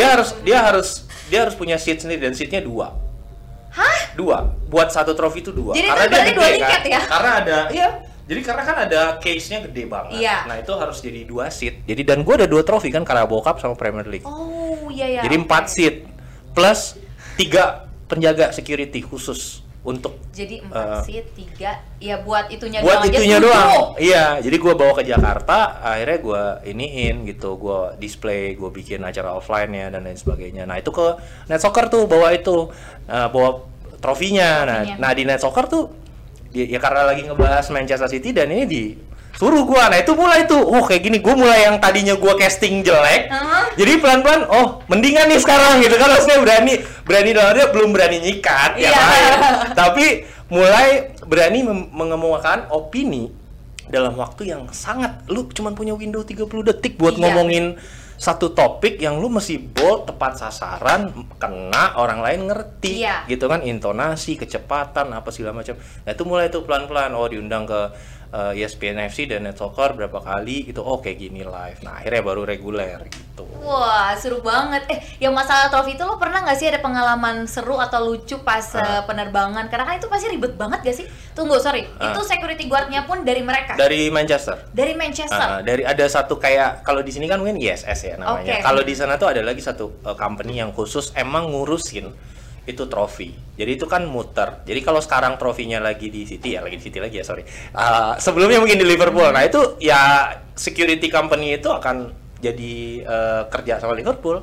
Speaker 1: Dia harus punya seat sendiri, dan seatnya 2.
Speaker 2: Hah?
Speaker 1: 2 buat satu trofi itu 2.
Speaker 2: Jadi itu
Speaker 1: Karena dia
Speaker 2: berarti
Speaker 1: gede
Speaker 2: 2 tiket
Speaker 1: kan.
Speaker 2: ya?
Speaker 1: Karena ada, iya. Jadi karena kan ada case-nya gede banget.
Speaker 2: Iya.
Speaker 1: Nah, itu harus jadi 2 seat. Jadi, dan gue ada 2 trofi kan, Carabao Cup sama Premier League.
Speaker 2: Oh, iya.
Speaker 1: Jadi
Speaker 2: oke.
Speaker 1: 4 seat plus 3 penjaga security khusus untuk
Speaker 2: Jadi 4 seat, 3 ya buat itunya
Speaker 1: buat
Speaker 2: doang aja
Speaker 1: itunya
Speaker 2: 7.
Speaker 1: doang. Iya, jadi gue bawa ke Jakarta, akhirnya gue iniin gitu, gue display, gue bikin acara offline ya dan lain sebagainya. Nah, itu ke Net Soccer tuh bawa itu, bawa trofinya. Nah di Net Soccer tuh ya karena lagi ngebahas Manchester City, dan ini disuruh gue. Nah, itu mulai tuh, oh kayak gini, gue mulai yang tadinya gue casting jelek, jadi pelan-pelan, oh mendingan nih sekarang gitu kan, maksudnya berani dalam artinya belum berani nyikat ya main, tapi mulai berani mengemukakan opini dalam waktu yang sangat, lu cuman punya window 30 detik buat ngomongin satu topik yang lu mesti bold, tepat sasaran, kena, orang lain ngerti, gitu kan, intonasi, kecepatan, apa segala macam. Nah, itu mulai tuh pelan-pelan, oh diundang ke ESPN FC dan Net Soccer berapa kali gitu, oh kayak gini live. Nah, akhirnya baru reguler gitu.
Speaker 2: Wah, seru banget. Yang masalah trofi itu, lo pernah nggak sih ada pengalaman seru atau lucu pas penerbangan? Karena kan itu pasti ribet banget gak sih? Tunggu, sorry. Itu security guard-nya pun dari mereka?
Speaker 1: Dari Manchester.
Speaker 2: Dari Manchester?
Speaker 1: Ada satu kayak, kalau di sini kan mungkin ISS ya namanya.
Speaker 2: Okay.
Speaker 1: Kalau di sana tuh ada lagi satu company yang khusus emang ngurusin itu trofi. Jadi itu kan muter. Jadi kalau sekarang trofinya lagi di City ya sorry. Sebelumnya mungkin di Liverpool. Nah, itu ya security company itu akan jadi kerja sama Liverpool.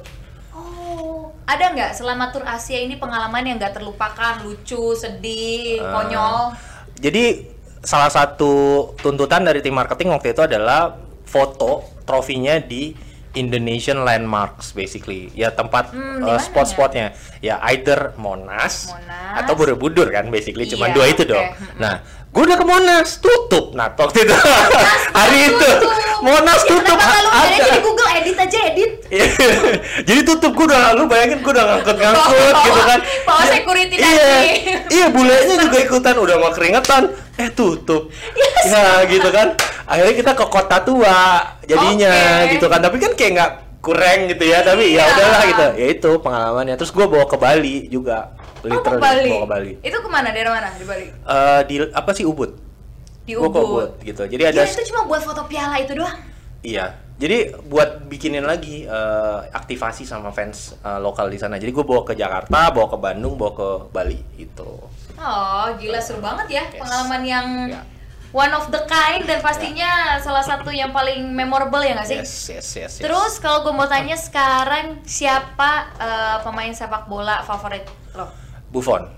Speaker 2: Oh, ada nggak selama tur Asia ini pengalaman yang nggak terlupakan, lucu, sedih, konyol?
Speaker 1: Jadi salah satu tuntutan dari tim marketing waktu itu adalah foto trofinya di Indonesian landmarks, basically ya, tempat spot-spotnya ya, either Monas atau Borobudur kan, basically cuma 2 itu dong. Nah, gue udah ke Monas, tutup. Nah, waktu itu hari itu Monas tutup.
Speaker 2: Ada di Google edit aja.
Speaker 1: Jadi tutup, gue udah, lu bayangin gue udah ngangkut gitu kan,
Speaker 2: bawa security tadi.
Speaker 1: Iya, bulenya juga ikutan, udah mau keringetan, tutup. Ya gitu kan. Akhirnya kita ke Kota Tua jadinya gitu kan, tapi kan kayak nggak kurang gitu ya, tapi ya udahlah gitu. Ya itu pengalamannya. Terus gue bawa ke Bali juga, literally bawa ke Bali.
Speaker 2: Itu kemana, daerah mana di Bali?
Speaker 1: Di apa sih, Ubud.
Speaker 2: Di
Speaker 1: Gua ke
Speaker 2: Ubud
Speaker 1: gitu. Jadi ada
Speaker 2: itu cuma buat foto piala itu doang?
Speaker 1: Iya. Jadi buat bikinin lagi aktivasi sama fans lokal di sana. Jadi gue bawa ke Jakarta, bawa ke Bandung, bawa ke Bali gitu.
Speaker 2: Oh, gila, seru banget ya. Pengalaman yang one of the kind, dan pastinya salah satu yang paling memorable ya nggak sih?
Speaker 1: Yes.
Speaker 2: Terus kalau gue mau tanya sekarang, siapa pemain sepak bola favorit lo?
Speaker 1: Buffon.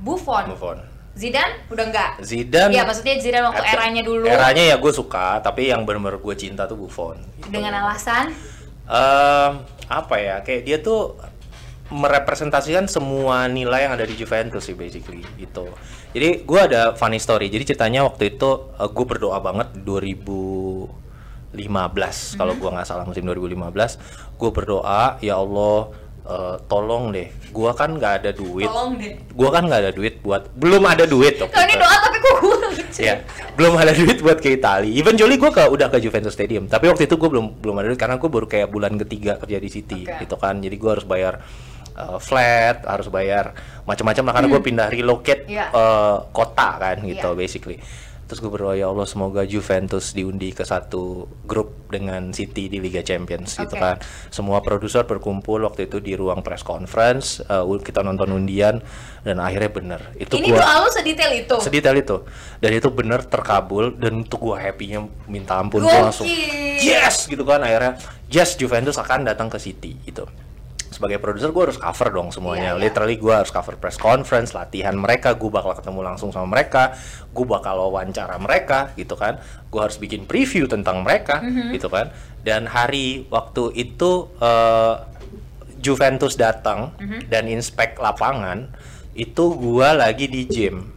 Speaker 2: Zidane? Udah enggak?
Speaker 1: Zidane.
Speaker 2: Iya, maksudnya Zidane waktu eranya dulu.
Speaker 1: Eranya ya gue suka, tapi yang benar-benar gue cinta tuh Buffon. Gitu.
Speaker 2: Dengan alasan?
Speaker 1: Apa ya? Kayak dia tuh merepresentasikan semua nilai yang ada di Juventus sih basically gitu. Jadi gue ada funny story. Jadi ceritanya waktu itu gue berdoa banget 2015 kalau gue nggak salah, musim 2015 gue berdoa, ya Allah, tolong deh, gue kan nggak ada duit, belum ada duit.
Speaker 2: Kalau ini doa tapi kok gue
Speaker 1: ya, belum ada duit buat ke Italia. Eventually gue udah ke Juventus Stadium, tapi waktu itu gue belum ada duit karena gue baru kayak bulan ketiga kerja di City gitu kan. Jadi gue harus bayar flat, harus bayar macam-macam lah karena gue pindah relocate kota kan gitu basically. Terus gue berdoa, ya Allah, semoga Juventus diundi ke satu grup dengan City di Liga Champions gitu kan. Semua produser berkumpul waktu itu di ruang press conference, kita nonton undian dan akhirnya bener. Itu
Speaker 2: ini doa lu sedetail itu?
Speaker 1: Sedetail itu. Dan itu bener terkabul dan untuk gue happy-nya minta ampun. Gue langsung yes gitu kan, akhirnya yes, Juventus akan datang ke City gitu. Sebagai produser gue harus cover dong semuanya. Literally gue harus cover press conference, latihan mereka, gue bakal ketemu langsung sama mereka, gue bakal wawancara mereka gitu kan, gue harus bikin preview tentang mereka gitu kan. Dan hari waktu itu Juventus datang dan inspek lapangan, itu gue lagi di gym.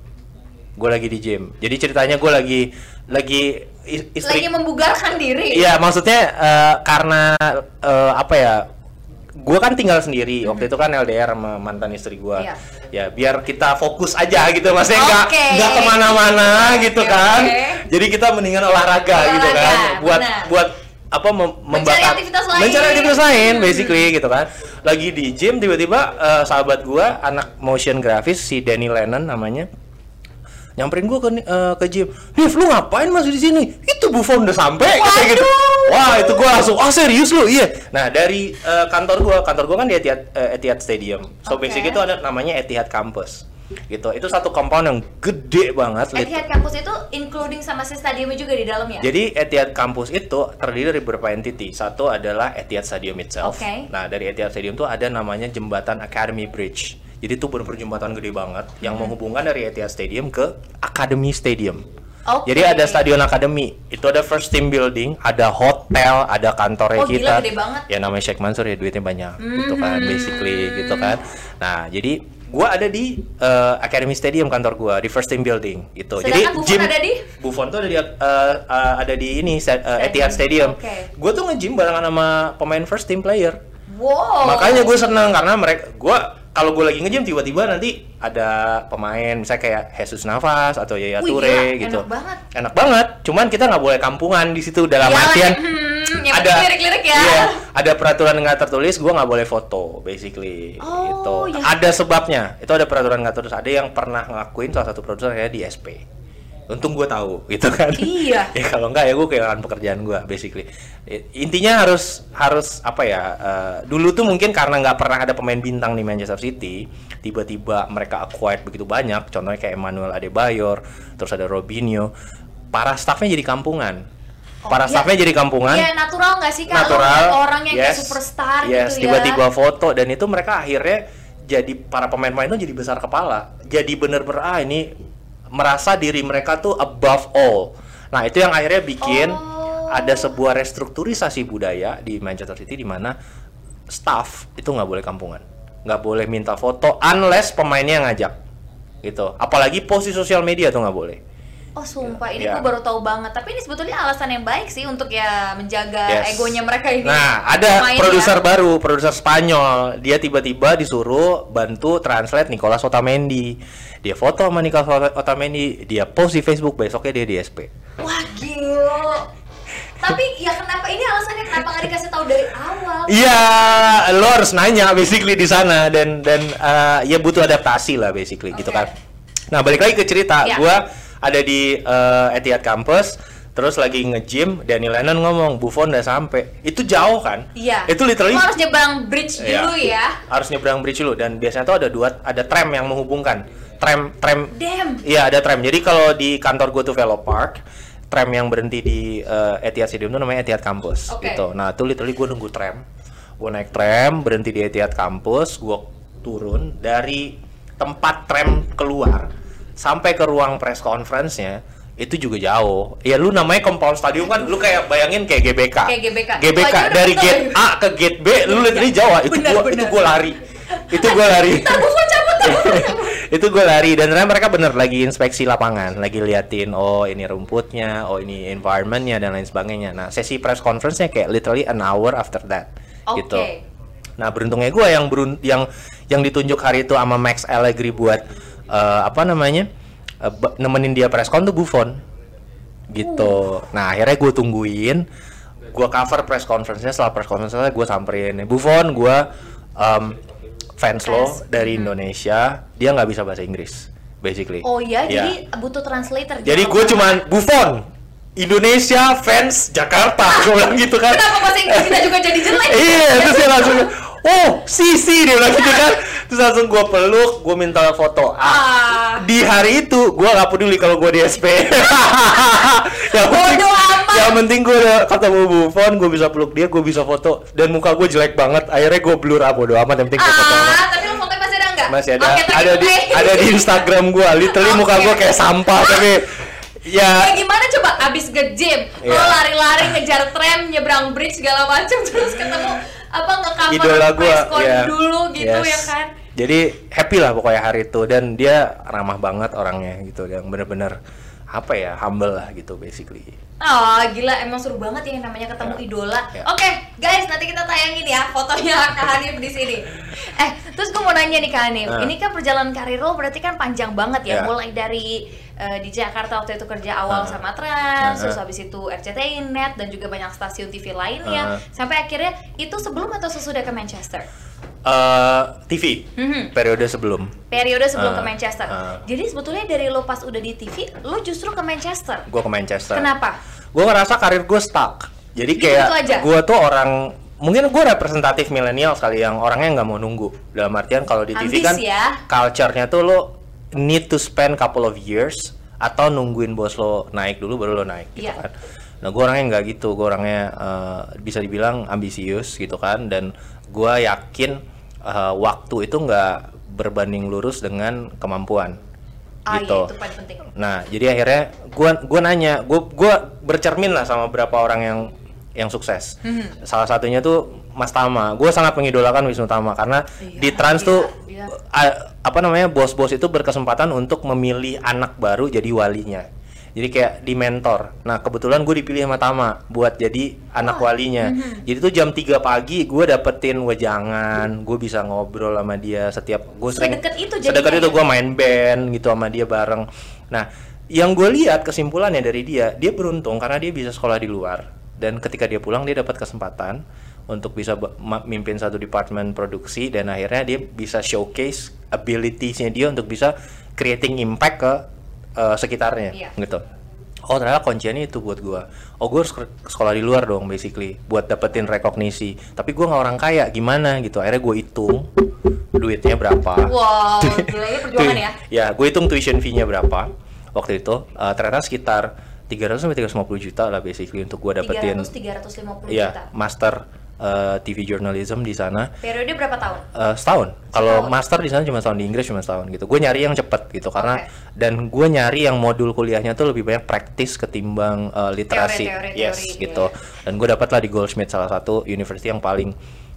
Speaker 1: Jadi ceritanya gue lagi
Speaker 2: membugarkan diri.
Speaker 1: Iya, maksudnya karena apa ya, gue kan tinggal sendiri waktu itu kan, LDR sama mantan istri gue. Ya biar kita fokus aja gitu, maksudnya nggak kemana-mana gitu kan. Jadi kita mendingan olahraga gitu kan, buat apa mencari aktivitas lain basically gitu kan. Lagi di gym tiba-tiba sahabat gue, anak motion grafis, si Danny Lennon namanya, nyamperin gue ke gym. Div, lu ngapain masih di sini? Itu Buffon udah sampai kayak gitu. Wah, itu gue langsung, serius lu? Iya. Nah, dari kantor gue kan di Etihad Stadium. So basically itu ada namanya Etihad Campus. Gitu. Itu satu compound yang gede banget.
Speaker 2: Etihad Campus itu including sama si stadiumnya juga di dalamnya.
Speaker 1: Jadi Etihad Campus itu terdiri dari beberapa entity. Satu adalah Etihad Stadium itself. Nah, dari Etihad Stadium itu ada namanya jembatan Academy Bridge. Jadi itu benar-benar jembatan gede banget yang menghubungkan dari Etihad Stadium ke Academy Stadium. Jadi ada stadion Academy, itu ada first team building, ada hotel, ada kantornya kita.
Speaker 2: Gila, gede banget.
Speaker 1: Ya namanya Sheikh Mansur ya, duitnya banyak gitu kan, basically gitu kan. Nah, jadi gua ada di Academy Stadium, kantor gua di first team building gitu.
Speaker 2: Sedangkan
Speaker 1: jadi
Speaker 2: Buffon ada di?
Speaker 1: Buffon tuh ada di ini Etihad Stadium. Gua tuh nge-gym barengan sama pemain first team player.
Speaker 2: Wow.
Speaker 1: Makanya gue seneng karena kalau gue lagi nge-gym tiba-tiba nanti ada pemain misalnya kayak Jesus Navas atau Yaya Toure gitu. Enak banget. Cuman kita nggak boleh kampungan di situ dalam artian ada lirik-lirik ya. Iya, ada peraturan nggak tertulis, gue nggak boleh foto basically gitu. Ada sebabnya. Itu ada peraturan nggak tertulis. Ada yang pernah ngelakuin salah satu produser kayak di SP. Untung gue tahu gitu kan.
Speaker 2: Iya.
Speaker 1: Ya kalau enggak ya gue kehilangan pekerjaan gue basically. Intinya harus apa ya, dulu tuh mungkin karena nggak pernah ada pemain bintang di Manchester City, tiba-tiba mereka acquired begitu banyak, contohnya kayak Emmanuel Adebayor, terus ada Robinho, para staffnya jadi kampungan. Staffnya jadi kampungan.
Speaker 2: Ya natural nggak sih kalau orang yang kayak superstar gitu ya.
Speaker 1: Tiba-tiba foto, dan itu mereka akhirnya jadi para pemain-pemain itu jadi besar kepala. Jadi bener-bener ini merasa diri mereka tuh above all. Nah, itu yang akhirnya bikin ada sebuah restrukturisasi budaya di Manchester City di mana staff itu nggak boleh kampungan, nggak boleh minta foto unless pemainnya ngajak gitu. Apalagi post di sosial media tuh nggak boleh.
Speaker 2: Oh sumpah, ini gue baru tahu banget. Tapi ini sebetulnya alasan yang baik sih untuk ya menjaga egonya mereka ini.
Speaker 1: Nah, ada produser baru, produser Spanyol. Dia tiba-tiba disuruh bantu translate Nicolas Otamendi. Dia foto sama Nicolas Otamendi, dia post di Facebook, besoknya dia di SP.
Speaker 2: Wah gila. Tapi ya kenapa ini alasannya, kenapa nggak dikasih tahu dari awal?
Speaker 1: Iya, lo harus nanya basically di sana dan ya butuh adaptasi lah basically gitu kan. Nah, balik lagi ke cerita, gue ada di Etihad Campus, terus lagi nge-gym, Danny Lennon ngomong, Buffon udah sampai. Itu jauh kan?
Speaker 2: Iya.
Speaker 1: Itu literally
Speaker 2: harus nyebrang bridge dulu ya.
Speaker 1: Harus nyebrang bridge dulu, dan biasanya tuh ada tram yang menghubungkan. Tram. Iya, ada tram. Jadi kalau di kantor gue tuh Velo Park, tram yang berhenti di Etihad Stadium itu namanya Etihad Campus gitu. Nah, itu literally gue nunggu tram. Gue naik tram, berhenti di Etihad Campus, gue turun dari tempat tram keluar sampai ke ruang press conference-nya. Itu juga jauh. Ya lu namanya compound stadium kan, lu kayak bayangin kayak GBK.
Speaker 2: Kayak GBK.
Speaker 1: GBK dari gate A ke gate B, lu literally jauh. Itu gua lari. Itu gue lari.
Speaker 2: Buffon cabut.
Speaker 1: Itu gue lari dan ternyata mereka bener lagi inspeksi lapangan, lagi liatin oh ini rumputnya, oh ini environmentnya dan lain sebagainya. Nah sesi press conference-nya kayak literally an hour after that, gitu. Nah beruntungnya gue yang ditunjuk hari itu sama Max Allegri buat nemenin dia press con tuh Buffon, gitu. Nah akhirnya gue tungguin, gue cover press conference-nya. Setelah press conference-nya gue samperin Buffon, gue fans lo dari Indonesia, dia nggak bisa bahasa Inggris, basically.
Speaker 2: Oh ya, jadi butuh translator.
Speaker 1: Jadi gue cuman Buffon, Indonesia fans Jakarta, gue bilang gitu kan.
Speaker 2: Kenapa bahasa Inggris kita juga jadi jelek?
Speaker 1: Iya, terus dia langsung, oh Sisi dia bilang gitu kan. Terus langsung gue peluk, gue minta foto. Di hari itu gue nggak peduli kalau gue di SP. Yang penting gue udah ketemu Buffon, gue bisa peluk dia, gue bisa foto, dan muka gue jelek banget. Akhirnya gue blur, bodo amat, yang penting gue foto.
Speaker 2: Tapi lo fotonya masih ada nggak?
Speaker 1: Masih ada. Ada di Instagram gue. Literally muka gue kayak sampah, tapi ya.
Speaker 2: Kayak gimana coba abis nge-gym, lo lari-lari ngejar tram, nyebrang bridge segala macam, terus ketemu nge-cover press con dulu gitu ya kan?
Speaker 1: Jadi happy lah pokoknya hari itu, dan dia ramah banget orangnya gitu, yang bener-bener humble lah gitu basically.
Speaker 2: Oh gila, emang seru banget ya yang namanya ketemu idola. Oke, guys, nanti kita tayangin ya fotonya Kak Hanif di sini. Terus gue mau nanya nih Kak Hanif, ini kan perjalanan karir lo berarti kan panjang banget ya, mulai dari di Jakarta waktu itu kerja awal sama Trans, terus habis itu RCTI, Net, dan juga banyak stasiun TV lainnya, sampai akhirnya itu sebelum atau sesudah ke Manchester?
Speaker 1: TV, periode sebelum
Speaker 2: ke Manchester. Jadi sebetulnya dari lo pas udah di TV, lo justru ke Manchester?
Speaker 1: Gue ke Manchester.
Speaker 2: Kenapa?
Speaker 1: Gue ngerasa karir gue stuck. Jadi kayak gue tuh orang, mungkin gue representatif milenial sekali, yang orangnya nggak mau nunggu. Dalam artian kalau di TV kan culture-nya tuh lo need to spend couple of years, atau nungguin bos lo naik dulu baru lo naik gitu kan. Nah gue orangnya nggak gitu, gue orangnya bisa dibilang ambisius gitu kan, dan gue yakin waktu itu nggak berbanding lurus dengan kemampuan gitu.
Speaker 2: Iya, itu paling penting.
Speaker 1: Nah jadi akhirnya gue nanya, gue bercermin lah sama beberapa orang yang sukses. Salah satunya tuh Mas Tama. Gue sangat mengidolakan Wisnu Tama karena di Trans tuh bos-bos itu berkesempatan untuk memilih anak baru jadi walinya. Jadi kayak di mentor. Nah kebetulan gue dipilih sama Tama buat jadi anak walinya. Jadi tuh jam 3 pagi gue dapetin wejangan, gue bisa ngobrol sama dia setiap. Gue
Speaker 2: sedekat itu
Speaker 1: gue main band gitu sama dia bareng. Nah yang gue lihat kesimpulannya dari dia beruntung karena dia bisa sekolah di luar, dan ketika dia pulang dia dapat kesempatan untuk bisa mimpin satu departemen produksi, dan akhirnya dia bisa showcase abilities-nya dia untuk bisa creating impact ke sekitarnya, gitu. Oh ternyata kuncinya itu buat gue. Oh gue harus sekolah di luar dong, basically, buat dapetin rekognisi. Tapi gue nggak orang kaya, gimana gitu. Akhirnya gue hitung duitnya berapa.
Speaker 2: Wow, gila ya perjuangan ya.
Speaker 1: Ya, gue hitung tuition fee-nya berapa waktu itu. Ternyata sekitar 300-350 juta lah, basically, untuk gue dapetin.
Speaker 2: 350
Speaker 1: juta. Master TV journalism di sana.
Speaker 2: Periode berapa tahun?
Speaker 1: Setahun. Kalau master di sana cuma setahun, di Inggris cuma setahun gitu. Gue nyari yang cepet gitu karena dan gue nyari yang modul kuliahnya tuh lebih banyak praktis ketimbang literasi. Teori, gitu. Dan gue dapet lah di Goldsmith, salah satu university yang paling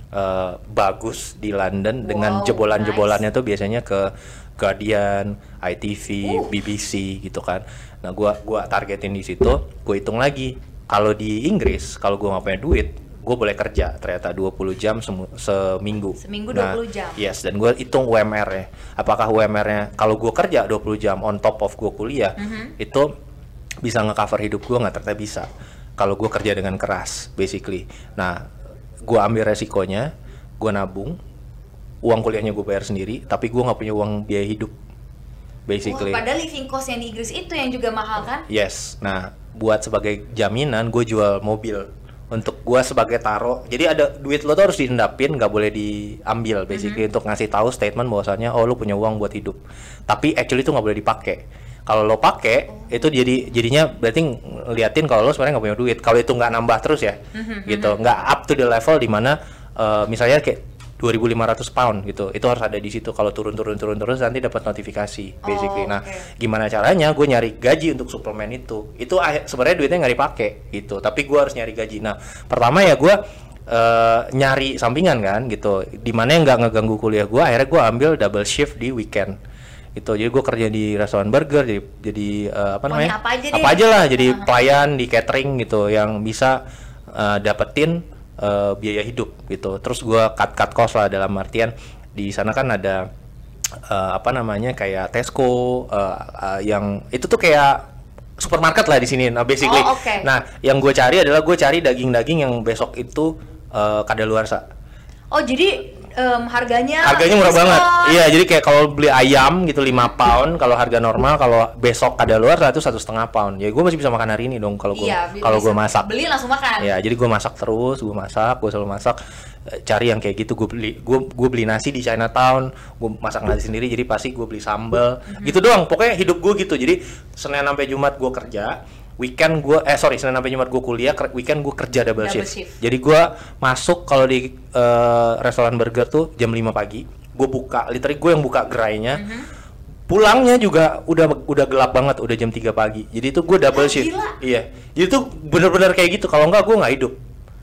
Speaker 1: bagus di London, dengan jebolan-jebolannya tuh biasanya ke Guardian, ITV, BBC gitu kan. Nah gue targetin di situ. Gue hitung lagi, kalau di Inggris kalau gue nggak punya duit, gue boleh kerja ternyata 20 jam seminggu.
Speaker 2: Seminggu 20 jam.
Speaker 1: Yes, dan gue hitung UMR-nya. Apakah UMR-nya kalau gue kerja 20 jam on top of gue kuliah, itu bisa nge-cover hidup gue nggak? Ternyata bisa. Kalau gue kerja dengan keras, basically. Nah, gue ambil resikonya, gue nabung, uang kuliahnya gue bayar sendiri, tapi gue nggak punya uang biaya hidup, basically.
Speaker 2: Padahal living cost yang di Inggris itu yang juga mahal kan?
Speaker 1: Yes. Nah, buat sebagai jaminan, gue jual mobil untuk gue sebagai taro. Jadi ada duit lo tuh harus diendapin, nggak boleh diambil, basically, untuk ngasih tahu statement bahwasannya oh lo punya uang buat hidup. Tapi actually itu nggak boleh dipakai. Kalau lo pakai itu jadinya berarti ngeliatin kalau lo sebenarnya nggak punya duit. Kalau itu nggak nambah terus ya, gitu, nggak up to the level dimana misalnya kayak 2.500 pound gitu, itu harus ada di situ. Kalau turun nanti dapat notifikasi, basically. Nah, gimana caranya? Gue nyari gaji untuk suplemen itu sebenarnya duitnya nggak dipakai gitu, tapi gue harus nyari gaji. Nah, pertama ya gue nyari sampingan kan gitu, dimana yang nggak ngeganggu kuliah gue. Akhirnya gue ambil double shift di weekend itu. Jadi gue kerja di restoran burger, jadi apa namanya, apa aja lah, jadi pelayan di catering gitu yang bisa dapetin biaya hidup gitu. Terus gue cut cost lah, dalam artian di sana kan ada apa namanya kayak Tesco, yang itu tuh kayak supermarket lah di sini, nah basically. Nah yang gue cari adalah gue cari daging-daging yang besok itu kadaluarsa.
Speaker 2: Oh jadi harganya
Speaker 1: murah banget. Iya, jadi kayak kalau beli ayam gitu 5 pound, kalau harga normal, kalau besok kadaluarsa itu 1,5 pound. Ya gue masih bisa makan hari ini dong kalau gue masak.
Speaker 2: Beli langsung makan.
Speaker 1: Ya, jadi gue masak terus, gue selalu masak. Cari yang kayak gitu, gue beli nasi di Chinatown, gue masak nasi sendiri, jadi pasti gue beli sambal. Gitu doang, pokoknya hidup gue gitu. Jadi Senin sampai Jumat gue kerja, weekend gue Senin sampai Jumat gue kuliah, weekend gue kerja double shift. Jadi gue masuk kalau di restoran burger tuh jam 5 pagi, gue buka, literally gue yang buka gerainya. Pulangnya juga udah gelap banget, udah jam 3 pagi. Jadi itu gue double shift.
Speaker 2: Gila.
Speaker 1: Iya. Jadi tuh bener-bener kayak gitu, kalau enggak gue nggak hidup.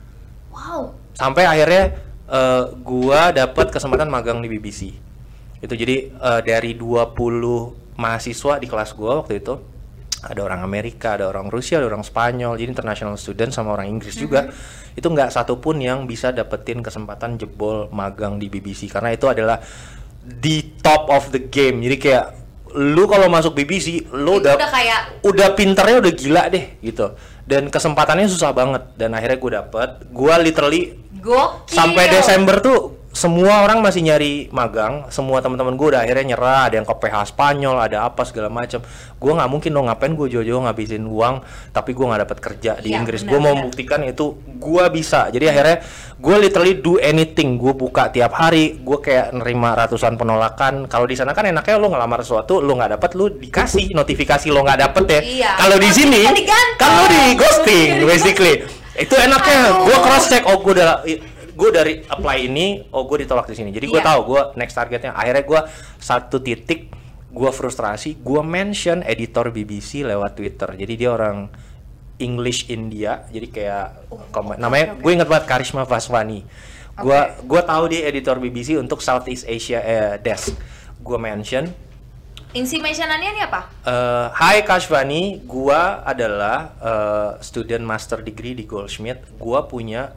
Speaker 2: Wow.
Speaker 1: Sampai akhirnya gue dapat kesempatan magang di BBC. Itu jadi dari 20 mahasiswa di kelas gue waktu itu, ada orang Amerika, ada orang Rusia, ada orang Spanyol, jadi international student sama orang Inggris juga. Itu nggak satupun yang bisa dapetin kesempatan jebol magang di BBC, karena itu adalah di top of the game. Jadi kayak lu kalau masuk BBC, lu udah pinternya udah gila deh gitu. Dan kesempatannya susah banget. Dan akhirnya gue dapet. Gue literally sampai Desember tuh semua orang masih nyari magang, semua teman-teman gue udah akhirnya nyerah, ada yang ke PH Spanyol, ada apa segala macam. Gue nggak mungkin dong, ngapain gue jauh-jauh ngabisin uang tapi gue nggak dapat kerja di Inggris. Gue mau membuktikan itu gue bisa. Jadi akhirnya gue literally do anything. Gue buka tiap hari, gue kayak nerima ratusan penolakan. Kalau di sana kan enaknya lo ngelamar sesuatu, lo nggak dapet, lo dikasih notifikasi lo nggak dapet ya.
Speaker 2: Iya.
Speaker 1: Kalau di sini kan lo di ghosting basically. Itu enaknya. Gue cross check, oh gue dari apply ini, oh gue ditolak di sini. Jadi gue tahu gue next targetnya. Akhirnya gue satu titik gue frustrasi, gue mention editor BBC lewat Twitter. Jadi dia orang English India, jadi kayak namanya gue ingat banget, Karishma Vaswani. Gue tahu dia editor BBC untuk Southeast Asia desk. Gue mention.
Speaker 2: Isi mentionannya ini apa?
Speaker 1: Hai Kashvani, gue adalah student master degree di Goldschmidt. Gue punya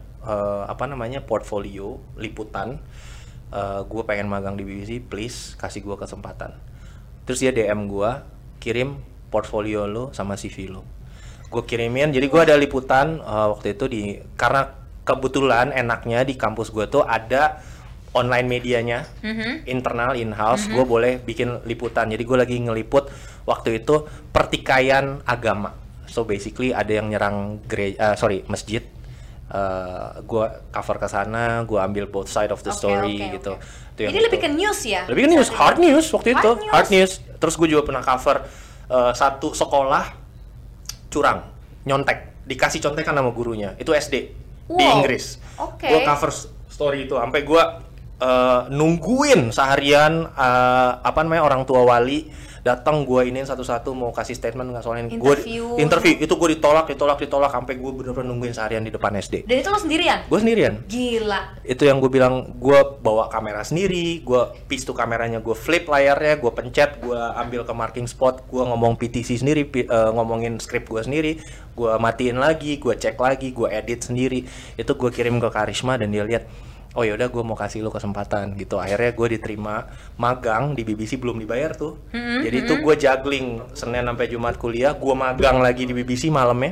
Speaker 1: portfolio liputan, gue pengen magang di BBC, please kasih gue kesempatan. Terus dia DM gue, kirim portfolio lo sama CV lo. Gue kirimin, jadi gue ada liputan waktu itu karena kebetulan enaknya di kampus gue tuh ada online medianya, internal in-house, gue boleh bikin liputan. Jadi gue lagi ngeliput waktu itu pertikaian agama. So basically ada yang nyerang masjid. Gue cover ke sana, gue ambil both side of the story gitu.
Speaker 2: Ini lebih ke news ya?
Speaker 1: Lebih ke news, hard news waktu itu, hard news. Terus gue juga pernah cover satu sekolah curang, nyontek, dikasih contekan sama gurunya. Itu SD di Inggris. Gue cover story itu, sampai gue nungguin seharian orang tua wali datang, gue iniin satu-satu mau kasih statement nggak, soalnya interview itu gue ditolak sampai gue bener-bener nungguin seharian di depan SD.
Speaker 2: Dan itu lo sendirian?
Speaker 1: Gue sendirian.
Speaker 2: Gila.
Speaker 1: Itu yang gue bilang, gue bawa kamera sendiri, gue pistu kameranya, gue flip layarnya, gue pencet, gue ambil ke marking spot, gue ngomong PTC sendiri, ngomongin skrip gue sendiri, gue matiin lagi, gue cek lagi, gue edit sendiri. Itu gue kirim ke Karishma dan dia lihat, oh yaudah gue mau kasih lo kesempatan gitu. Akhirnya gue diterima magang di BBC, belum dibayar tuh. Jadi itu gue juggling Senin sampai Jumat kuliah, gue magang lagi di BBC malamnya,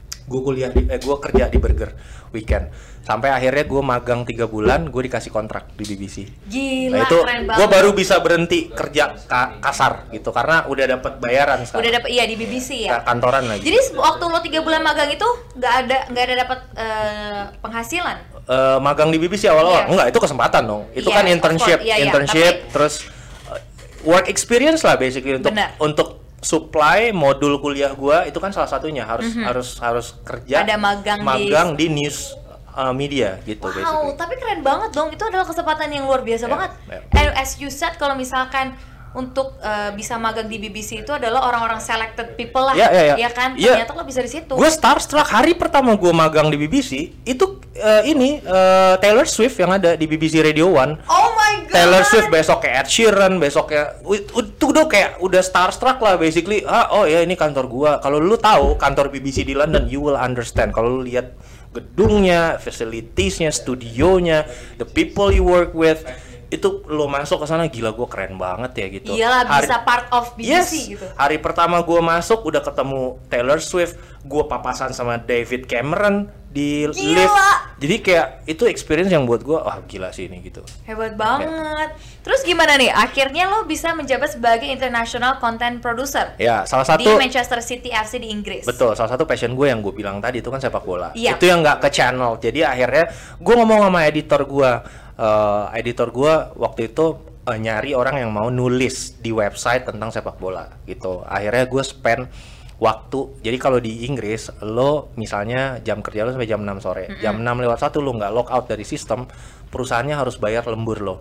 Speaker 1: gue kerja di burger weekend. Sampai akhirnya gue magang 3 bulan, gue dikasih kontrak di BBC.
Speaker 2: Gila,
Speaker 1: itu
Speaker 2: keren banget.
Speaker 1: Gue baru bisa berhenti kerja kasar gitu, karena udah dapat bayaran sekarang.
Speaker 2: Udah dapat, iya, di BBC ya.
Speaker 1: Kantoran lagi.
Speaker 2: Jadi waktu lo 3 bulan magang itu nggak ada dapat penghasilan?
Speaker 1: Magang di BBC awal-awal enggak, itu kesempatan dong. Itu kan internship, terus work experience lah basically untuk supply modul kuliah gua, itu kan salah satunya harus kerja,
Speaker 2: ada magang
Speaker 1: di news media gitu.
Speaker 2: Wow,
Speaker 1: basically.
Speaker 2: Tapi keren banget dong, itu adalah kesempatan yang luar biasa banget. And as you said, kalau misalkan untuk bisa magang di BBC itu adalah orang-orang selected people lah, ya kan?
Speaker 1: Iya.
Speaker 2: Ternyata lo bisa di situ.
Speaker 1: Gue starstruck hari pertama gue magang di BBC itu Taylor Swift yang ada di BBC Radio One.
Speaker 2: Oh my god.
Speaker 1: Taylor Swift besok kayak Ed Sheeran, besoknya itu udah kayak udah starstruck lah basically. Oh ya ini kantor gua. Kalau lu tahu kantor BBC di London, you will understand. Kalau lu lihat gedungnya, facilitiesnya, studionya, the people you work with, itu lo masuk ke sana gila gue keren banget ya gitu.
Speaker 2: Iyalah bisa part of BBC gitu.
Speaker 1: Hari pertama gue masuk udah ketemu Taylor Swift, gue papasan sama David Cameron di lift. Jadi kayak itu experience yang buat gue gila sih ini gitu.
Speaker 2: Hebat banget. Terus gimana nih? Akhirnya lo bisa menjabat sebagai international content producer.
Speaker 1: Ya, salah satu
Speaker 2: di Manchester City FC di Inggris.
Speaker 1: Betul, salah satu passion gue yang gue bilang tadi itu kan sepak bola.
Speaker 2: Iya.
Speaker 1: Itu yang nggak ke channel. Jadi akhirnya gue ngomong sama editor gue waktu itu nyari orang yang mau nulis di website tentang sepak bola gitu. Akhirnya gue spend waktu. Jadi kalau di Inggris lo misalnya jam kerja lo sampai jam 6 sore. Jam 6:01 lo nggak log out dari sistem, perusahaannya harus bayar lembur lo.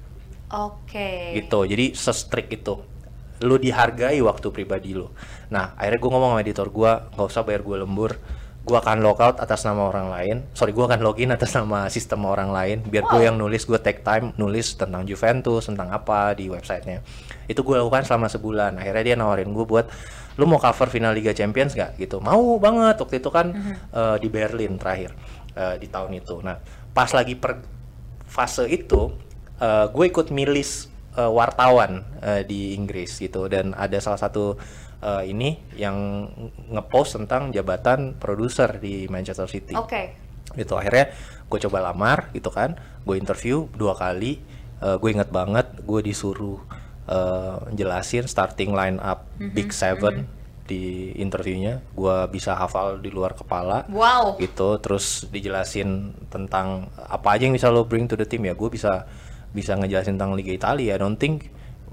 Speaker 2: Oke.
Speaker 1: Gitu. Jadi se-strict itu. Lo dihargai waktu pribadi lo. Nah, akhirnya gue ngomong sama editor gue, nggak usah bayar gue lembur. Gue akan log out atas nama orang lain. Gue akan login atas nama sistem orang lain. Biar gue yang nulis, gue take time nulis tentang Juventus, tentang apa di websitenya. Itu gue lakukan selama sebulan. Akhirnya dia nawarin gue buat, lu mau cover final Liga Champions nggak? Gitu. Mau banget. Waktu itu kan di Berlin terakhir di tahun itu. Nah, pas lagi fase itu, gue ikut milis wartawan di Inggris gitu. Dan ada salah satu ini yang ngepost tentang jabatan produser di Manchester City.
Speaker 2: Oke.
Speaker 1: Gitu akhirnya gue coba lamar gitu kan, gue interview 2 kali, gue inget banget gue disuruh jelasin starting line up Big Seven di interviewnya, gue bisa hafal di luar kepala.
Speaker 2: Wow.
Speaker 1: Gitu, terus dijelasin tentang apa aja yang bisa lo bring to the team ya, gue bisa ngejelasin tentang Liga Italia. I don't think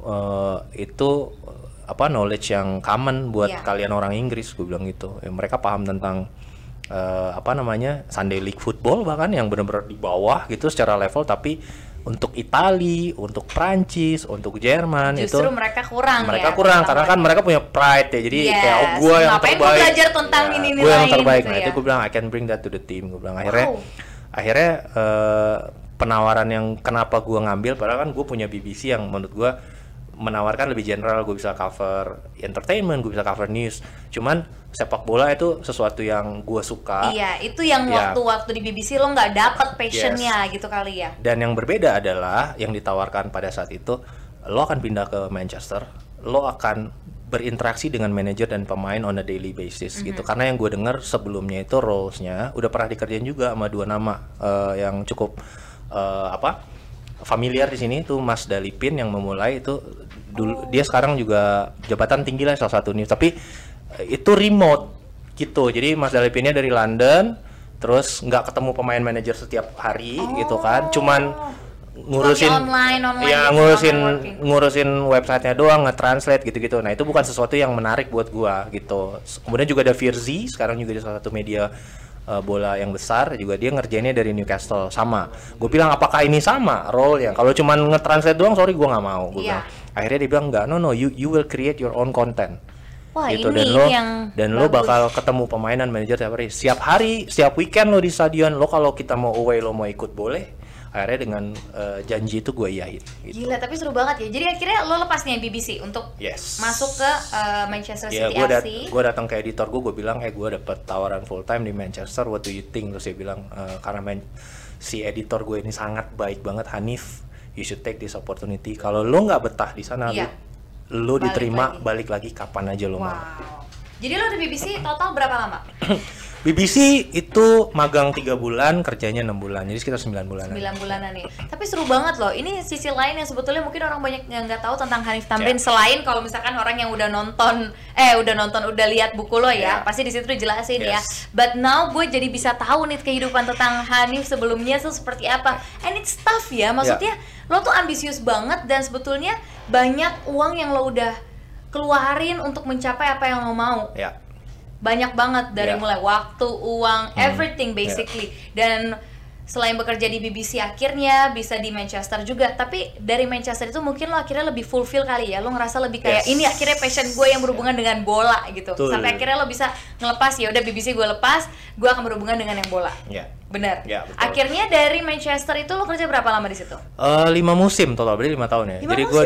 Speaker 1: itu knowledge yang common buat kalian orang Inggris, gue bilang gitu. Ya, mereka paham tentang Sunday League football bahkan yang benar-benar di bawah gitu secara level, tapi untuk Italia, untuk Prancis, untuk Jerman
Speaker 2: justru
Speaker 1: itu
Speaker 2: mereka kurang
Speaker 1: karena kan mereka punya pride ya. Jadi kayak gue yang terbaik.
Speaker 2: Gue belajar tentang ini
Speaker 1: gue yang terbaik.
Speaker 2: gitu,
Speaker 1: nah itu gue bilang I can bring that to the team. Gue bilang akhirnya penawaran yang kenapa gue ngambil, padahal kan gue punya BBC yang menurut gue menawarkan lebih general, gue bisa cover entertainment, gue bisa cover news. Cuman sepak bola itu sesuatu yang gue suka.
Speaker 2: Iya, itu yang waktu di BBC lo nggak dapet passionnya gitu kali ya.
Speaker 1: Dan yang berbeda adalah yang ditawarkan pada saat itu, lo akan pindah ke Manchester, lo akan berinteraksi dengan manajer dan pemain on a daily basis gitu. Karena yang gue dengar sebelumnya itu roles-nya udah pernah dikerjain juga sama 2 nama yang cukup familiar di sini tuh, Mas Dalipin yang memulai itu dulu. Dia sekarang juga jabatan tinggi lah salah satu news, tapi itu remote gitu. Jadi Mas Dalipinnya dari London, terus nggak ketemu pemain manajer setiap hari gitu kan, cuman ngurusin
Speaker 2: online
Speaker 1: ya ngurusin websitenya doang, nge-translate gitu-gitu. Nah itu bukan sesuatu yang menarik buat gua gitu. Kemudian juga ada Virzi, sekarang juga di salah satu media bola yang besar, juga dia ngerjainnya dari Newcastle. Sama, gue bilang apakah ini sama role yang kalau cuman nge-translate doang, sorry gue nggak mau. Gue bilang. Akhirnya dia bilang enggak, no you will create your own content.
Speaker 2: Wah,
Speaker 1: gitu.
Speaker 2: Dan
Speaker 1: lo bakal ketemu pemain dan manajer setiap hari, setiap weekend lo di stadion. Lo kalau kita mau away, lo mau ikut boleh. Akhirnya dengan janji itu gue iyain gitu.
Speaker 2: Gila, tapi seru banget ya. Jadi akhirnya lo lepas nih BBC untuk masuk ke Manchester City FC.
Speaker 1: Gue datang ke editor gue bilang gue dapet tawaran full time di Manchester, what do you think? Terus dia bilang karena si editor gue ini sangat baik banget, Hanif, you should take this opportunity. Kalau lo nggak betah di sana, lo diterima balik lagi kapan aja lo mau.
Speaker 2: Jadi lo di BBC total berapa lama?
Speaker 1: BBC itu magang 3 bulan, kerjanya 6 bulan, jadi sekitar 9 bulanan.
Speaker 2: 9 bulanan nih. Tapi seru banget loh. Ini sisi lain yang sebetulnya mungkin orang banyak yang nggak tahu tentang Hanif Tamrin. Selain kalau misalkan orang yang udah lihat buku lo ya, pasti di situ dijelasin ya. But now gue jadi bisa tahu nih kehidupan tentang Hanif sebelumnya tuh seperti apa. And it's tough ya. Maksudnya lo tuh ambisius banget dan sebetulnya banyak uang yang lo udah keluarin untuk mencapai apa yang lo mau. Banyak banget dari mulai waktu, uang, everything basically. Dan selain bekerja di BBC akhirnya bisa di Manchester juga, tapi dari Manchester itu mungkin lo akhirnya lebih fulfill kali ya, lo ngerasa lebih kayak ini akhirnya passion gue yang berhubungan dengan bola gitu. Sampai akhirnya lo bisa ngelepas, ya udah BBC gue lepas, gue akan berhubungan dengan yang bola. Benar. Akhirnya dari Manchester itu lo kerja berapa lama di situ?
Speaker 1: 5 musim total, berarti 5 tahun ya. Jadi gue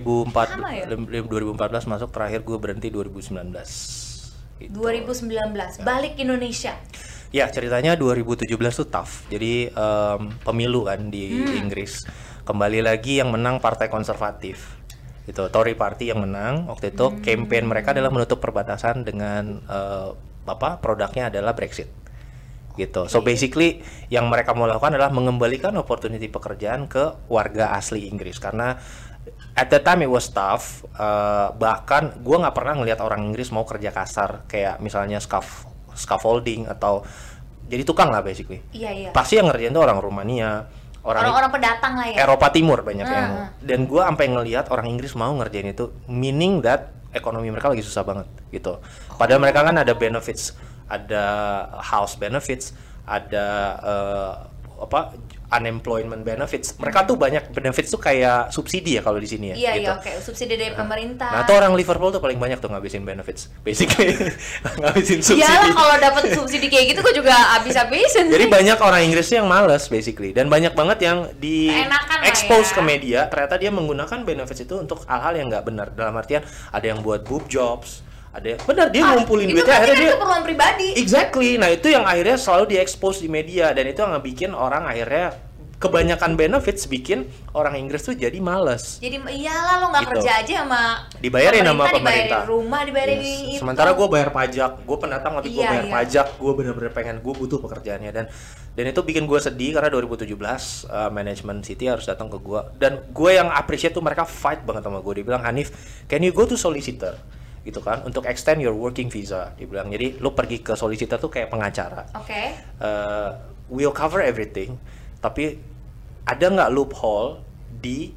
Speaker 1: 2014 masuk, terakhir gue berhenti 2019.
Speaker 2: Gitu. 2019 balik ke Indonesia.
Speaker 1: Ya, ceritanya 2017 tuh tough. Jadi pemilu kan di Inggris. Kembali lagi yang menang Partai Konservatif. Itu Tory Party yang menang. Waktu itu campaign mereka adalah menutup perbatasan dengan produknya adalah Brexit. Gitu. So basically yang mereka mau lakukan adalah mengembalikan opportunity pekerjaan ke warga asli Inggris, karena at the time it was tough. Bahkan gue nggak pernah ngelihat orang Inggris mau kerja kasar kayak misalnya scaffolding atau jadi tukang lah basically. Pasti yang ngerjain tuh orang Rumania, orang
Speaker 2: pendatang lah ya,
Speaker 1: Eropa Timur banyak yang. Dan gue sampai ngelihat orang Inggris mau ngerjain itu, meaning that ekonomi mereka lagi susah banget gitu. Padahal mereka kan ada benefits, ada house benefits, ada unemployment benefits. Mereka tuh banyak benefits tuh kayak subsidi ya kalau di sini ya. Gitu.
Speaker 2: Kayak subsidi dari pemerintah.
Speaker 1: Nah, tuh orang Liverpool tuh paling banyak tuh ngabisin benefits, basically. Ngabisin subsidi.
Speaker 2: Iyalah, kalau dapat subsidi kayak gitu gue juga habis-habisin.
Speaker 1: Jadi banyak orang Inggris yang males basically, dan banyak banget yang di expose ke media. Ternyata dia menggunakan benefits itu untuk hal-hal yang nggak benar. Dalam artian ada yang buat boob jobs. Ada benar dia ngumpulin duitnya, akhirnya dia
Speaker 2: keperluan pribadi.
Speaker 1: Exactly. Nah, itu yang akhirnya selalu diekspos di media, dan itu yang bikin orang akhirnya kebanyakan benefits bikin orang Inggris tuh jadi males.
Speaker 2: Jadi iyalah, lo nggak gitu. Kerja aja sama
Speaker 1: dibayarin sama pemerintah,
Speaker 2: dibayarin rumah, dibayarin itu.
Speaker 1: Sementara gue bayar pajak, gue pendatang tapi gue bayar pajak, gue bener-bener pengen, gue butuh pekerjaannya, dan itu bikin gue sedih karena 2017 manajemen City harus datang ke gue, dan gue yang appreciate tuh mereka fight banget sama gue. Dia bilang, Hanif, can you go to solicitor? Gitu kan, untuk extend your working visa, dibilang. Jadi lu pergi ke solicitor tuh kayak pengacara. We'll cover everything, tapi ada nggak loophole di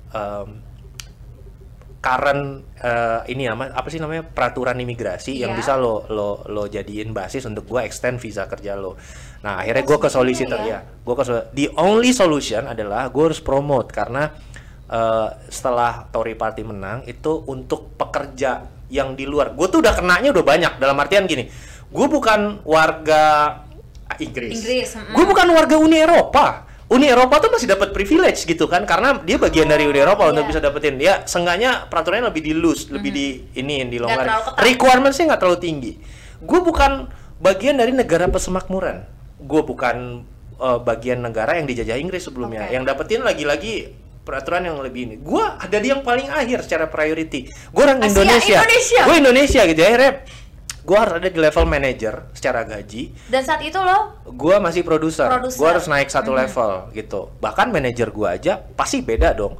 Speaker 1: current ini apa sih namanya, peraturan imigrasi yang bisa lo jadiin basis untuk gua extend visa kerja lo. Nah, akhirnya gua ke solicitor the only solution adalah gua harus promote, karena setelah Tory Party menang itu untuk pekerja yang di luar, gue tuh udah kenanya udah banyak. Dalam artian gini, gue bukan warga Inggris. Gue bukan warga Uni Eropa. Uni Eropa tuh masih dapat privilege gitu kan, karena dia bagian dari Uni Eropa untuk bisa dapetin. Ya, seenggaknya peraturannya lebih di loose, lebih di dilonggarin. Requirement-nya nggak terlalu tinggi. Gue bukan bagian dari negara pesemakmuran. Gue bukan bagian negara yang dijajah Inggris sebelumnya. Yang dapetin lagi-lagi peraturan yang lebih ini. Gue ada di yang paling akhir secara priority. Gue orang Indonesia. Gue Indonesia gitu. Akhirnya gue harus ada di level manager secara gaji.
Speaker 2: Dan saat itu lo?
Speaker 1: Gue masih produser. Gue harus naik satu level gitu. Bahkan manajer gue aja pasti beda dong.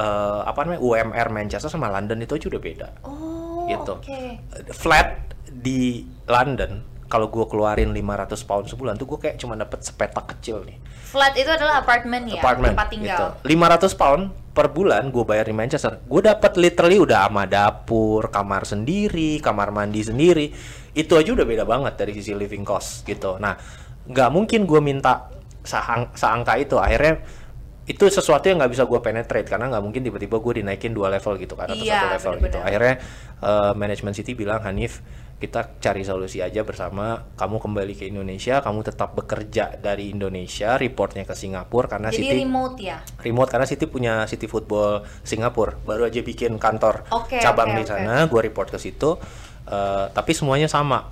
Speaker 1: UMR Manchester sama London itu aja udah beda. Gitu. Flat di London, kalau gue keluarin 500 pound sebulan tuh gue kayak cuma dapat sepetak kecil nih.
Speaker 2: Flat itu adalah apartemen ya, tempat tinggal.
Speaker 1: Gitu. 500 pound per bulan gue bayar di Manchester. Gue dapat literally udah sama dapur, kamar sendiri, kamar mandi sendiri. Itu aja udah beda banget dari sisi living cost gitu. Nah, nggak mungkin gue minta seangka itu. Akhirnya itu sesuatu yang nggak bisa gue penetrate, karena nggak mungkin tiba-tiba gue dinaikin 2 level gitu kan, atau 1 level gitu. Akhirnya manajemen City bilang, Hanif, kita cari solusi aja bersama. Kamu kembali ke Indonesia, kamu tetap bekerja dari Indonesia, reportnya ke Singapura, karena
Speaker 2: jadi
Speaker 1: City
Speaker 2: remote ya.
Speaker 1: Remote karena City punya City Football Singapura, baru aja bikin kantor cabang di sana. Gue report ke situ, tapi semuanya sama,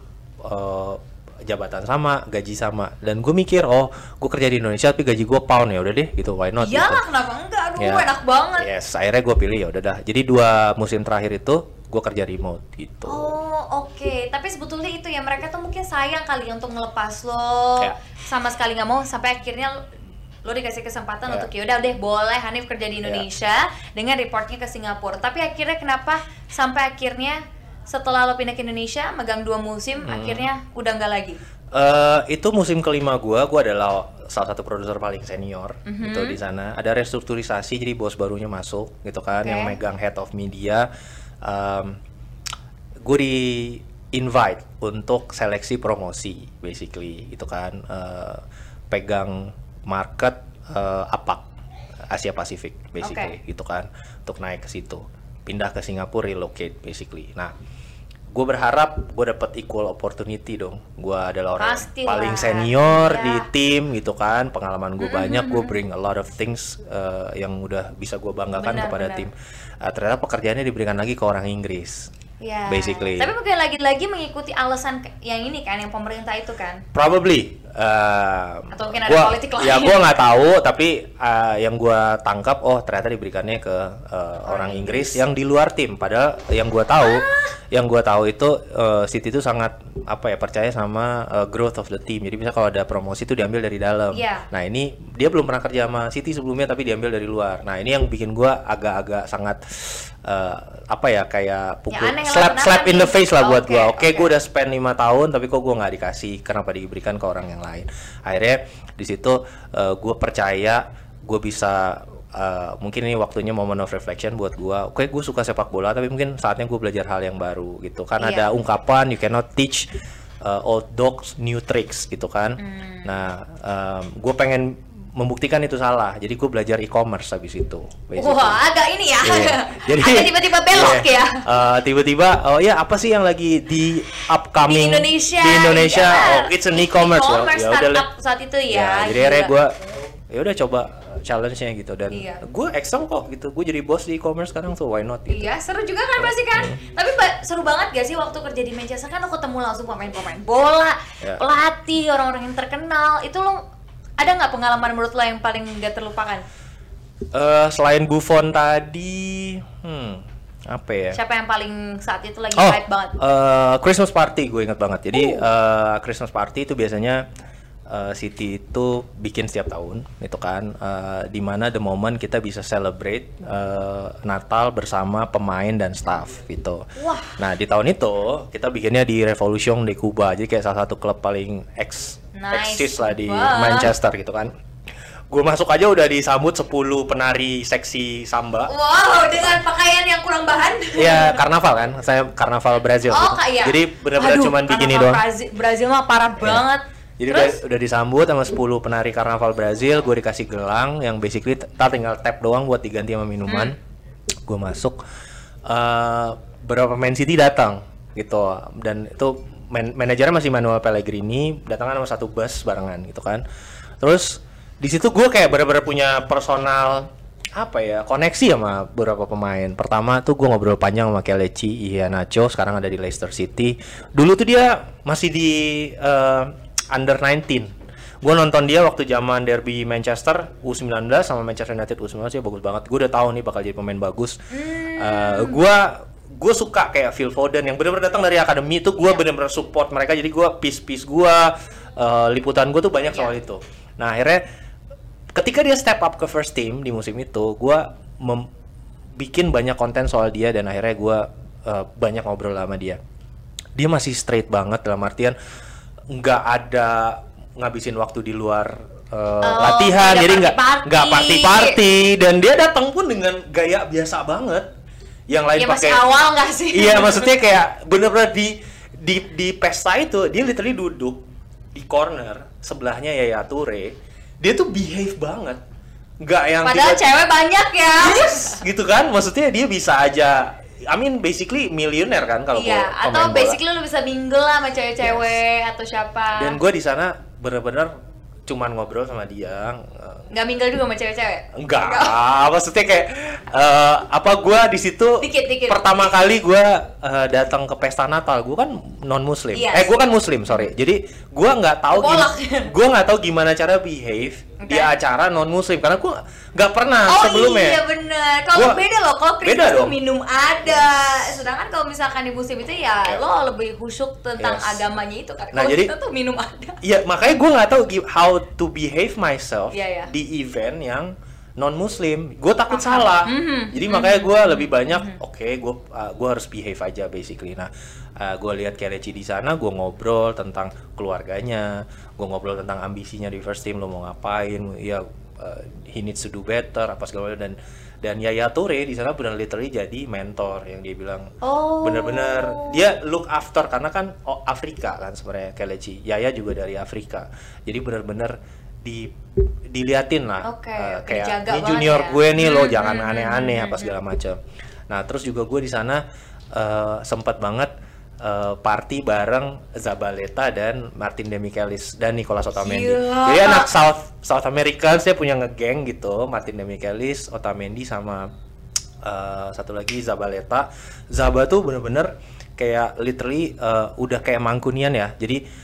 Speaker 1: jabatan sama, gaji sama. Dan gue mikir, gue kerja di Indonesia tapi gaji gue pound, ya udah deh gitu, why not?
Speaker 2: Iyalah, kenapa enggak? Aduh, enak banget.
Speaker 1: Yes, akhirnya gue pilih, ya udah dah. Jadi 2 musim terakhir itu gue kerja remote gitu.
Speaker 2: Tapi sebetulnya itu ya, mereka tuh mungkin sayang kali untuk ngelepas lo, sama sekali nggak mau, sampai akhirnya lo dikasih kesempatan untuk ya udah deh, boleh Hanif kerja di Indonesia dengan reportnya ke Singapura. Tapi akhirnya kenapa sampai akhirnya setelah lo pindah ke Indonesia megang 2 musim akhirnya udah nggak lagi?
Speaker 1: Itu musim kelima gue adalah salah satu produser paling senior gitu di sana. Ada restrukturisasi, jadi bos barunya masuk gitu kan, yang megang head of media. Gue di invite untuk seleksi promosi basically gitu kan, pegang market APAC, Asia Pasifik basically gitu kan, untuk naik ke situ, pindah ke Singapura, relocate basically. Nah, gue berharap gue dapat equal opportunity dong. Gue adalah orang yang paling senior di tim gitu kan, pengalaman gue banyak, gue bring a lot of things yang udah bisa gue banggakan kepada tim. Ternyata pekerjaannya diberikan lagi ke orang Inggris. Basically.
Speaker 2: Tapi mungkin lagi-lagi mengikuti alasan yang ini kan, yang pemerintah itu kan.
Speaker 1: Probably.
Speaker 2: Atau mungkin ada politik lain.
Speaker 1: Ya gue nggak tahu, tapi yang gue tangkap, oh ternyata diberikannya ke orang Inggris yang di luar tim. Padahal yang gue tahu, itu City itu sangat percaya sama growth of the team. Jadi bisa kalau ada promosi itu diambil dari dalam. Nah ini dia belum pernah kerja sama City sebelumnya, tapi diambil dari luar. Nah ini yang bikin gue agak-agak sangat kayak pukul slap in the face lah buat gue. Oke, gue udah spend 5 tahun tapi kok gue nggak dikasih, kenapa diberikan ke orang yang lain. Akhirnya di situ gue percaya gue bisa, mungkin ini waktunya moment of reflection buat gue. Oke, gue suka sepak bola tapi mungkin saatnya gue belajar hal yang baru gitu kan. Ada ungkapan you cannot teach old dogs new tricks gitu kan. Nah, gue pengen membuktikan itu salah, jadi gue belajar e-commerce habis itu.
Speaker 2: Wah, agak ini ya.
Speaker 1: Jadi
Speaker 2: agak tiba-tiba belok ya.
Speaker 1: Tiba-tiba, apa sih yang lagi di upcoming
Speaker 2: di Indonesia?
Speaker 1: Oh, it's an e-commerce.
Speaker 2: Ya udah saat itu ya.
Speaker 1: Jadi akhirnya gue udah coba challenge-nya gitu, dan gue excel kok gitu. Gue jadi bos di e-commerce sekarang tuh, why not gitu.
Speaker 2: Iya, seru juga kan pasti kan. Tapi seru banget gak sih waktu kerja di Manchester kan lo ketemu langsung pemain-pemain bola, pelatih, orang-orang yang terkenal. Itu lo ada nggak pengalaman menurut lo yang paling nggak terlupakan?
Speaker 1: Selain Buffon tadi, apa ya?
Speaker 2: Siapa yang paling saat itu lagi hype banget?
Speaker 1: Christmas party, gue inget banget. Jadi Christmas party itu biasanya City itu bikin setiap tahun, itu kan, dimana the moment kita bisa celebrate Natal bersama pemain dan staff gitu. Nah di tahun itu kita bikinnya di Revolution de Cuba, jadi kayak salah satu klub paling eksis lah di Manchester gitu kan. Gue masuk aja udah disambut 10 penari seksi samba.
Speaker 2: Wow, dengan pakaian yang kurang bahan.
Speaker 1: Iya, karnaval kan, saya karnaval Brazil gitu. Jadi benar-benar cuman bikini doang.
Speaker 2: Brazil mah parah banget.
Speaker 1: Jadi udah disambut sama 10 penari karnaval Brazil, gue dikasih gelang yang basically tinggal tap doang buat diganti sama minuman. Gue masuk, beberapa Man City datang gitu, dan itu manajernya masih Manuel Pellegrini, datangkan sama satu bus barengan gitu kan. Terus di situ gue kayak benar-benar punya personal koneksi sama beberapa pemain. Pertama tuh gue ngobrol panjang sama Kelechi Iheanacho, sekarang ada di Leicester City. Dulu tuh dia masih di under 19. Gue nonton dia waktu zaman derby Manchester U19 sama Manchester United U19, ya bagus banget. Gue udah tahu nih bakal jadi pemain bagus. Gue suka kayak Phil Foden yang benar-benar datang dari akademi itu. Gue benar-benar support mereka, jadi gue piece gue, liputan gue tuh banyak soal itu. Nah akhirnya ketika dia step up ke first team di musim itu, gue bikin banyak konten soal dia, dan akhirnya gue banyak ngobrol sama dia. Dia masih straight banget, dalam artian nggak ada ngabisin waktu di luar latihan, jadi nggak party, dan dia datang pun dengan gaya biasa banget. Yang lain pakai
Speaker 2: awal nggak sih?
Speaker 1: Iya, maksudnya kayak bener-bener di pesta itu dia literally duduk di corner sebelahnya Yaya Toure. Dia tuh behave banget, nggak yang
Speaker 2: padahal cewek banyak ya.
Speaker 1: Yes, gitu kan, maksudnya dia bisa aja. I mean basically millionaire kan kalau
Speaker 2: atau basically lu bisa mingle lah sama cewek-cewek atau siapa.
Speaker 1: Dan gue di sana bener-bener cuman ngobrol sama dia.
Speaker 2: Nggak mingle juga sama cewek-cewek?
Speaker 1: Enggak, maksudnya kayak gue di situ
Speaker 2: dikit.
Speaker 1: Pertama kali gue datang ke pesta Natal, gue kan non Muslim. Gue kan Muslim, sorry. Jadi gue nggak tahu gimana cara behave di acara non Muslim, karena gue nggak pernah sebelumnya.
Speaker 2: Oh iya benar. Kalau beda loh, kalau Kristen tuh minum ada, sedangkan kalau misalkan di Muslim itu ya lo lebih khusyuk tentang agamanya itu kan. Kalau kita tuh minum ada.
Speaker 1: Iya, makanya gue nggak tahu how to behave myself di event yang non Muslim. Gue takut salah. Jadi makanya gue lebih banyak gue harus behave aja basically. Nah, gue lihat Kelechi di sana, gue ngobrol tentang keluarganya, gue ngobrol tentang ambisinya di first team, lo mau ngapain, ya he needs to do better apa segala macam. Dan Yaya Toure di sana benar literally jadi mentor, yang dia bilang bener-bener dia look after, karena kan Afrika kan sebenarnya Kelechi, Yaya juga dari Afrika, jadi bener-bener diliatin lah. Kayak
Speaker 2: dijaga
Speaker 1: ini junior
Speaker 2: ya.
Speaker 1: gue nih lo jangan aneh-aneh apa segala macam. Nah terus juga gue di sana sempat banget party bareng Zabaleta dan Martin Demichelis dan Nicolas Otamendi. Jadi anak South American, saya punya ngegeng gitu, Martin Demichelis, Otamendi sama satu lagi Zabaleta. Zaba tuh bener-bener kayak literally udah kayak Mancunian ya. Jadi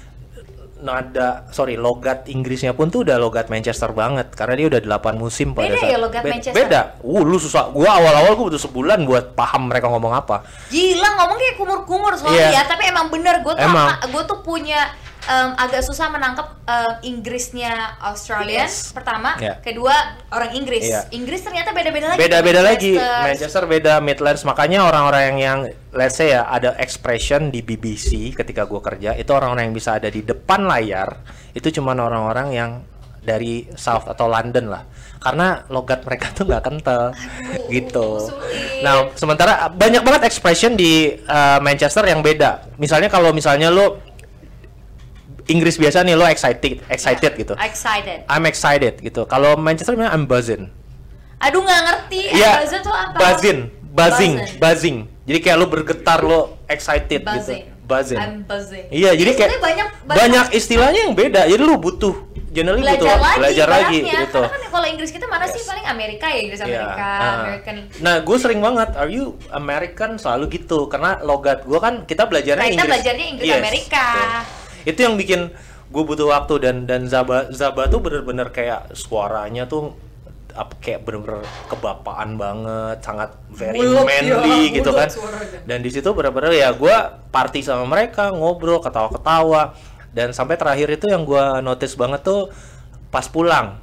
Speaker 1: logat Inggrisnya pun tuh udah logat Manchester banget karena dia udah 8 musim pada
Speaker 2: saat. Beda ya logat Manchester?
Speaker 1: Beda. Lu susah. Gua awal-awal gua butuh sebulan buat paham mereka ngomong apa.
Speaker 2: Gila, ngomong kayak kumur-kumur soalnya ya, tapi emang bener gua tuh punya agak susah menangkap Inggrisnya Australian pertama, kedua orang Inggris. Inggris ternyata beda-beda lagi.
Speaker 1: Beda-beda lagi. Manchester beda, Midlands. Makanya orang-orang yang let's say ya ada expression di BBC ketika gua kerja, itu orang-orang yang bisa ada di depan layar, itu cuma orang-orang yang dari South atau London lah. Karena logat mereka tuh nggak kental. Gitu. Sulit. Nah, sementara banyak banget expression di Manchester yang beda. Misalnya kalau lo Inggris biasa nih lo excited gitu.
Speaker 2: Excited.
Speaker 1: I'm excited gitu. Kalau Manchester bilang I'm buzzing.
Speaker 2: Aduh nggak ngerti. Buzzing tuh apa? Buzzing. Jadi kayak lo bergetar, lo excited gitu. Buzzing. I'm buzzing. Iya, jadi kayak banyak istilahnya yang beda. Jadi lo butuh belajar lagi gitu. Karena kan kalau Inggris kita mana sih paling Amerika ya, Inggris Amerika, American.
Speaker 1: Nah, gue sering banget are you American selalu gitu karena logat gue kan kita belajarnya
Speaker 2: Inggris Amerika.
Speaker 1: Itu yang bikin gue butuh waktu dan Zaba tuh bener-bener kayak suaranya tuh kayak bener-bener kebapaan banget, sangat very manly gitu kan. Dan di situ bener-bener ya gue party sama mereka, ngobrol, ketawa-ketawa. Dan sampai terakhir itu yang gue notice banget tuh pas pulang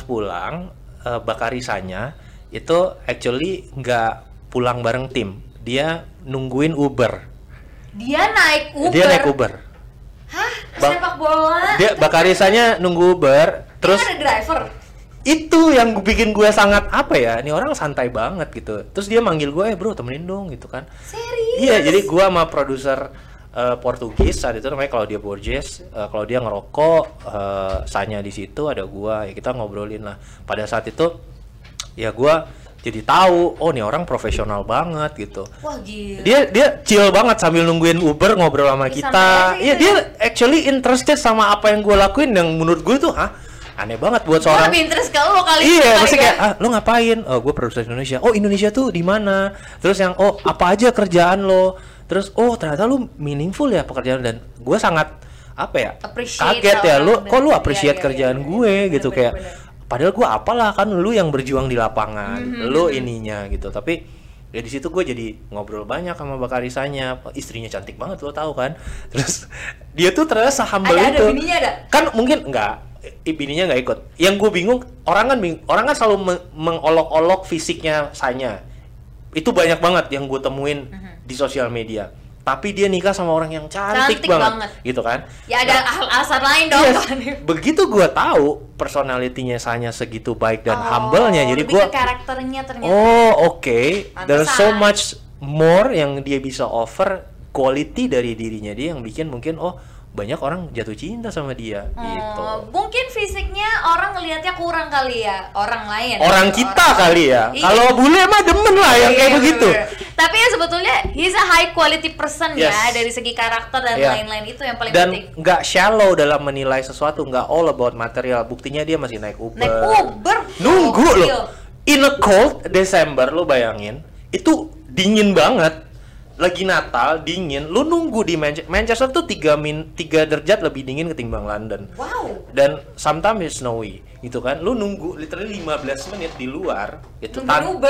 Speaker 1: Bakarisanya itu actually nggak pulang bareng tim, dia nungguin Uber.
Speaker 2: Dia naik Uber. Hah? Sepak bola?
Speaker 1: Dia Bakarisanya nunggu Uber, terus
Speaker 2: ada driver.
Speaker 1: Itu yang bikin gue sangat ini orang santai banget gitu. Terus dia manggil gue, bro temenin dong gitu kan.
Speaker 2: Serius?
Speaker 1: Iya, jadi gue sama produser Portugis saat itu namanya Claudia Borges. Kalau dia ngerokok, Sanya di situ ada gue, ya kita ngobrolin lah. Pada saat itu ya gue jadi tahu, nih orang profesional banget gitu.
Speaker 2: Wah gila.
Speaker 1: Dia chill banget sambil nungguin Uber ngobrol sama kita. Iya, dia actually interested sama apa yang gue lakuin yang menurut gue tuh aneh banget buat seorang.
Speaker 2: Lebih interest kalau lo kali.
Speaker 1: Iya, mesti kayak lo ngapain? Oh, gue produser Indonesia. Oh, Indonesia tuh di mana? Terus yang apa aja kerjaan lo? Terus ternyata lo meaningful ya pekerjaan, dan gue sangat kaget ya lo appreciate kerjaan gue gitu kayak. Padahal gue apalah kan lu yang berjuang di lapangan, lu ininya gitu. Tapi ya di situ gue jadi ngobrol banyak sama Bakarisanya. Istrinya cantik banget, lo tahu kan. Terus dia tuh ternyata humble itu.
Speaker 2: Ada bininya ada?
Speaker 1: Kan mungkin enggak, bininya nggak ikut. Yang gue bingung, orang kan selalu mengolok-olok fisiknya Sanya. Itu banyak banget yang gue temuin di sosial media. Tapi dia nikah sama orang yang cantik banget gitu kan.
Speaker 2: Ya ada alasan lain dong.
Speaker 1: Begitu gue tahu personalitinya Sanya segitu baik dan humble-nya, jadi gue
Speaker 2: karakternya ternyata.
Speaker 1: There's so much more yang dia bisa offer, quality dari dirinya dia yang bikin mungkin banyak orang jatuh cinta sama dia gitu.
Speaker 2: Mungkin fisiknya orang ngelihatnya kurang kali ya, orang lain.
Speaker 1: Orang kita kali ya. Kalau bule mah demen lah yang kayak begitu.
Speaker 2: Tapi ya sebetulnya he's a high quality person ya, dari segi karakter dan lain-lain, itu yang paling penting. Dan
Speaker 1: nggak shallow dalam menilai sesuatu, nggak all about material. Buktinya dia masih naik Uber. Nunggu loh. In a cold December, lo bayangin, itu dingin banget. Lagi Natal, dingin, lu nunggu di Manchester tuh 3 derajat lebih dingin ketimbang London.
Speaker 2: Wow.
Speaker 1: Dan sometimes it's snowy, gitu kan. Lu nunggu literally 15 menit di luar, itu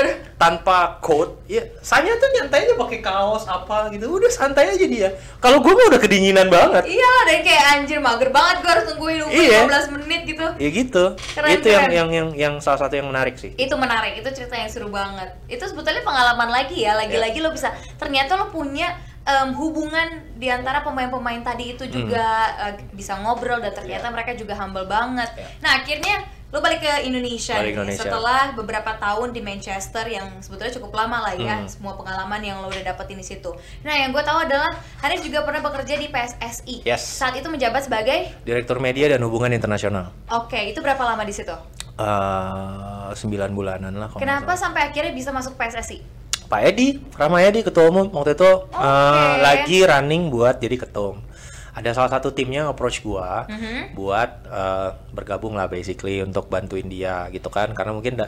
Speaker 1: tanpa coat. Ya, Sanya tuh nyantai aja pakai kaos apa gitu. Udah santai aja dia. Kalau gue mah udah kedinginan banget.
Speaker 2: Iya, dan kayak anjir mager banget gue harus nungguin 15 menit gitu.
Speaker 1: Iya gitu. Itu yang salah satu yang menarik sih.
Speaker 2: Itu menarik, itu cerita yang seru banget. Itu sebetulnya pengalaman lagi ya, lagi-lagi lo bisa ternyata lo punya hubungan di antara pemain-pemain tadi itu juga bisa ngobrol, dan ternyata mereka juga humble banget. Nah, akhirnya Lu balik ke Indonesia,
Speaker 1: Balik Indonesia.
Speaker 2: Setelah beberapa tahun di Manchester yang sebetulnya cukup lama lah ya, semua pengalaman yang lo udah dapetin di situ. Nah, yang gue tahu adalah Hanif juga pernah bekerja di PSSI.
Speaker 1: Yes.
Speaker 2: Saat itu menjabat sebagai
Speaker 1: Direktur Media dan Hubungan Internasional.
Speaker 2: Oke, itu berapa lama di situ?
Speaker 1: 9 bulanan lah.
Speaker 2: Kenapa sampai akhirnya bisa masuk PSSI?
Speaker 1: Pak Edi, Rahmayadi ketua umum waktu itu lagi running buat jadi ketum. Ada salah satu timnya approach gua buat bergabung lah basically untuk bantuin dia gitu kan, karena mungkin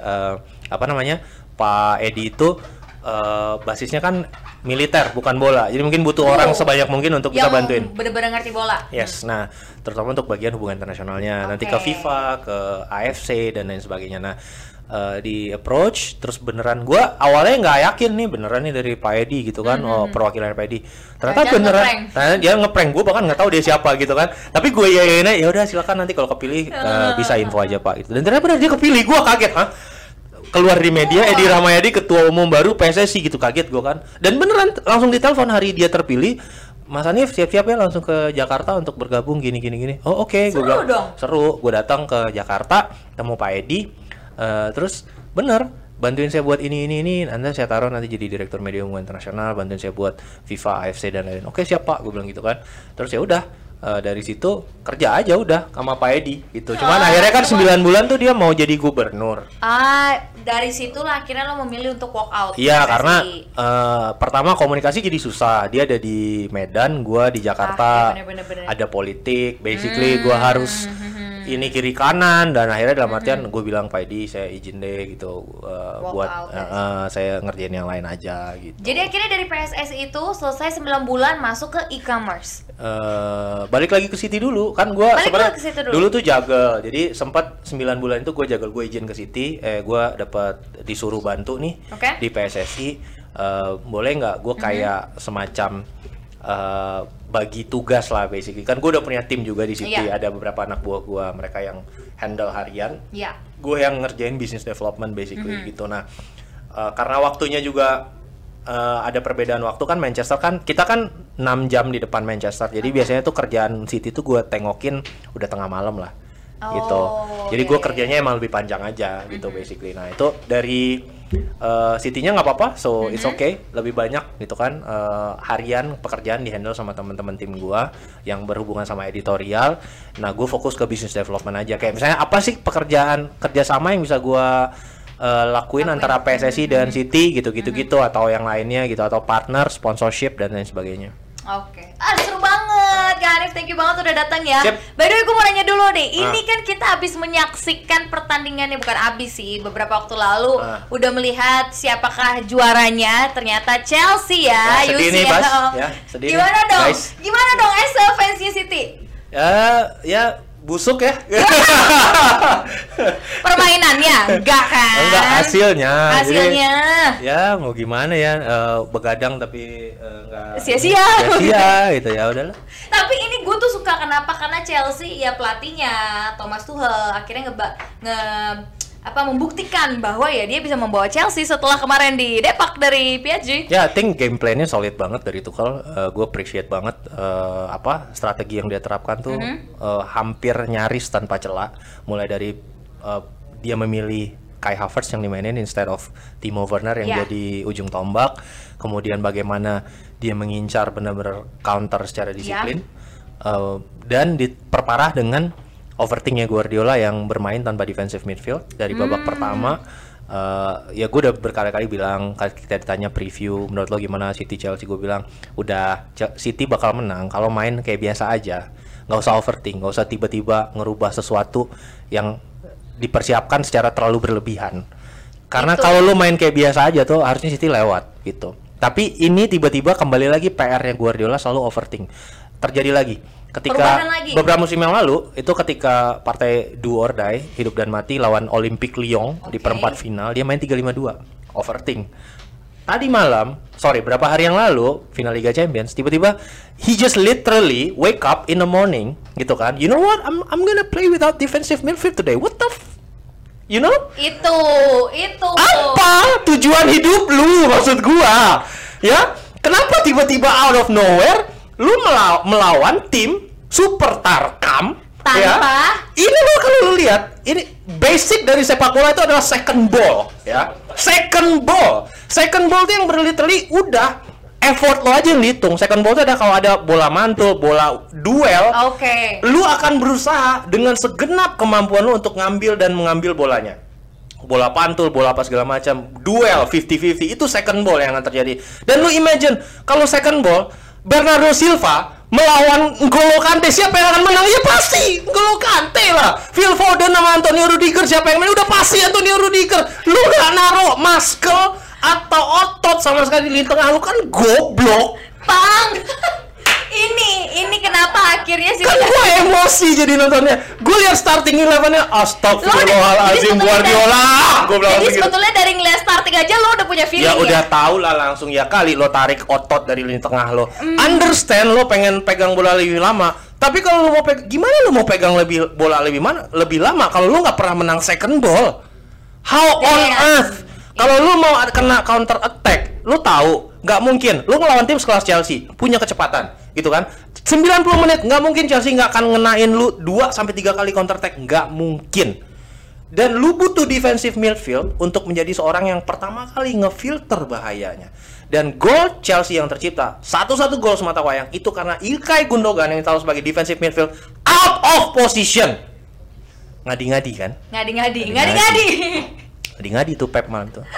Speaker 1: Pak Edi itu basisnya kan militer bukan bola, jadi mungkin butuh orang sebanyak mungkin untuk bisa bantuin.
Speaker 2: Bener-bener ngerti bola.
Speaker 1: Yes, nah terutama untuk bagian hubungan internasionalnya, nanti ke FIFA, ke AFC dan lain sebagainya. Nah di approach terus beneran gue awalnya nggak yakin nih beneran nih dari Pak Edi gitu kan, perwakilan Pak Edi, ternyata beneran ternyata dia ngeprank gue, bahkan nggak tahu dia siapa gitu kan, tapi gue ya udah silakan nanti kalau kepilih bisa info aja Pak gitu, dan ternyata bener dia kepilih. Gue kaget, keluar di media Edi Rahmayadi ketua umum baru PSSI gitu, kaget gue kan, dan beneran langsung ditelepon hari dia terpilih, Mas Hanif siap-siap ya langsung ke Jakarta untuk bergabung gini. Oh oke. Gue bilang seru. Gue datang ke Jakarta temu Pak Edi. Terus bener bantuin saya buat ini, Anda saya taruh nanti jadi direktur media hubungan internasional, bantuin saya buat FIFA, AFC dan lain-lain. Oke siap Pak, gue bilang gitu kan. Terus ya udah dari situ kerja aja udah sama Pak Edi gitu. Cuman akhirnya kan 9 bulan tuh dia mau jadi gubernur.
Speaker 2: Dari situlah akhirnya lo memilih untuk walk out.
Speaker 1: Iya, karena pertama komunikasi jadi susah. Dia ada di Medan, gua di Jakarta.
Speaker 2: Bener.
Speaker 1: Ada politik, basically gua harus ini kiri kanan, dan akhirnya dalam artian gue bilang Pak Edi saya izin deh gitu buat saya ngerjain yang lain aja gitu.
Speaker 2: Jadi akhirnya dari PSSI itu selesai 9 bulan masuk ke e-commerce.
Speaker 1: Balik lagi ke City dulu kan, gue sebenarnya dulu tuh jagel, jadi sempat 9 bulan itu gue jagel, gue izin ke City, gue dapat disuruh bantu nih di PSSI, boleh nggak gue kayak semacam bagi tugas lah basically, kan gue udah punya tim juga di City, ada beberapa anak buah gue, mereka yang handle harian, gue yang ngerjain business development basically gitu. Nah karena waktunya juga ada perbedaan waktu kan, Manchester kan kita kan 6 jam di depan Manchester, jadi biasanya tuh kerjaan City tuh gue tengokin udah tengah malam lah gitu, jadi gue kerjanya emang lebih panjang aja gitu basically. Nah itu dari City-nya nggak apa-apa, so it's okay, lebih banyak gitu kan harian pekerjaan di handle sama teman-teman tim gue yang berhubungan sama editorial. Nah gue fokus ke business development aja, kayak misalnya apa sih pekerjaan kerjasama yang bisa gue lakuin antara PSSI dan City gitu, atau yang lainnya gitu, atau partner, sponsorship dan lain sebagainya.
Speaker 2: Oke. Seru banget Kak Hanif, thank you banget udah datang ya. By the way, gue mau nanya dulu deh, ini kan kita habis menyaksikan pertandingannya, bukan habis sih, beberapa waktu lalu udah melihat siapakah juaranya, ternyata Chelsea ya.
Speaker 1: Sedih nih Bas, sedih.
Speaker 2: Gimana dong?
Speaker 1: Guys.
Speaker 2: Gimana dong fansnya City?
Speaker 1: Ya busuk ya.
Speaker 2: Permainannya enggak kan?
Speaker 1: Enggak, hasilnya.
Speaker 2: Jadi,
Speaker 1: ya mau gimana ya, begadang tapi enggak
Speaker 2: sia-sia
Speaker 1: gitu, ya udahlah.
Speaker 2: Tapi ini gue tuh suka, kenapa? Karena Chelsea ya pelatihnya Thomas Tuchel akhirnya membuktikan bahwa ya dia bisa membawa Chelsea setelah kemarin di Depak dari PSG.
Speaker 1: Ya, I think game plan-nya solid banget dari Tuchel. Gue appreciate banget strategi yang dia terapkan tuh hampir nyaris tanpa celah. Mulai dari dia memilih Kai Havertz yang dimainin instead of Timo Werner yang jadi ujung tombak. Kemudian bagaimana dia mengincar benar-benar counter secara disiplin. Dan diperparah dengan overthinknya Guardiola yang bermain tanpa defensive midfield dari babak pertama. Ya gue udah berkali-kali bilang, kita ditanya preview menurut lo gimana City Chelsea, gue bilang udah City bakal menang kalau main kayak biasa aja, nggak usah overthink, nggak usah tiba-tiba ngerubah sesuatu yang dipersiapkan secara terlalu berlebihan, karena kalau lo main kayak biasa aja tuh harusnya City lewat gitu. Tapi ini tiba-tiba kembali lagi PR-nya Guardiola selalu overthink. Terjadi lagi ketika beberapa musim yang lalu itu, ketika partai do or die, hidup dan mati lawan Olympique Lyon di perempat final, dia main 3-5-2 overthink. Tadi malam, berapa hari yang lalu final Liga Champions, tiba-tiba he just literally wake up in the morning gitu kan, you know what, I'm gonna play without defensive midfield today. What the you know? Itu apa tujuan hidup lu, maksud gua ya? Kenapa tiba-tiba out of nowhere lu melawan tim super tarkam
Speaker 2: Tanpa
Speaker 1: ini lo kalau lu lihat, ini basic dari sepak bola itu adalah second ball, ya. Second ball itu yang berliterally udah effort lo aja yang dihitung. Second ball itu ada kalau ada bola mantul, bola duel. Lu akan berusaha dengan segenap kemampuan lu untuk ngambil dan mengambil bolanya. Bola pantul, bola apa segala macam, duel 50-50 itu second ball yang akan terjadi. Dan lu imagine kalau second ball Bernardo Silva melawan N'Golo Kante, siapa yang akan menang? Ya pasti N'Golo Kante lah. Phil Foden sama Antonio Rudiger, siapa yang menang? Udah pasti Antonio Rudiger. Lu gak naruh muscle atau otot sama sekali di lini tengah, lu kan goblok.
Speaker 2: Bang. Ini kenapa akhirnya sih?
Speaker 1: Kan gue emosi jadi nontonnya. Gue lihat starting 11-nya, astagfirullahaladzim, Guardiola.
Speaker 2: Jadi sebetulnya dari ngeliat starting aja lo udah punya feeling
Speaker 1: ya? Udah tahu lah langsung, ya kali lo tarik otot dari lini tengah lo. Understand lo pengen pegang bola lebih lama. Tapi kalau lo mau gimana lo mau pegang bola lebih lama kalau lo nggak pernah menang second ball? How on earth? Kalau lo mau kena counter attack, lo tahu nggak mungkin. Lo ngelawan tim sekelas Chelsea punya kecepatan, gitu kan? 90 menit nggak mungkin Chelsea nggak akan ngenain lu 2-3 kali counter attack, nggak mungkin. Dan lu butuh defensive midfield untuk menjadi seorang yang pertama kali ngefilter bahayanya. Dan gol Chelsea yang tercipta, satu-satu gol semata wayang itu karena Ilkay Gundogan yang tahu sebagai defensive midfield out of position. Ngadi-ngadi kan? Ngadi-ngadi tuh Pep malam itu.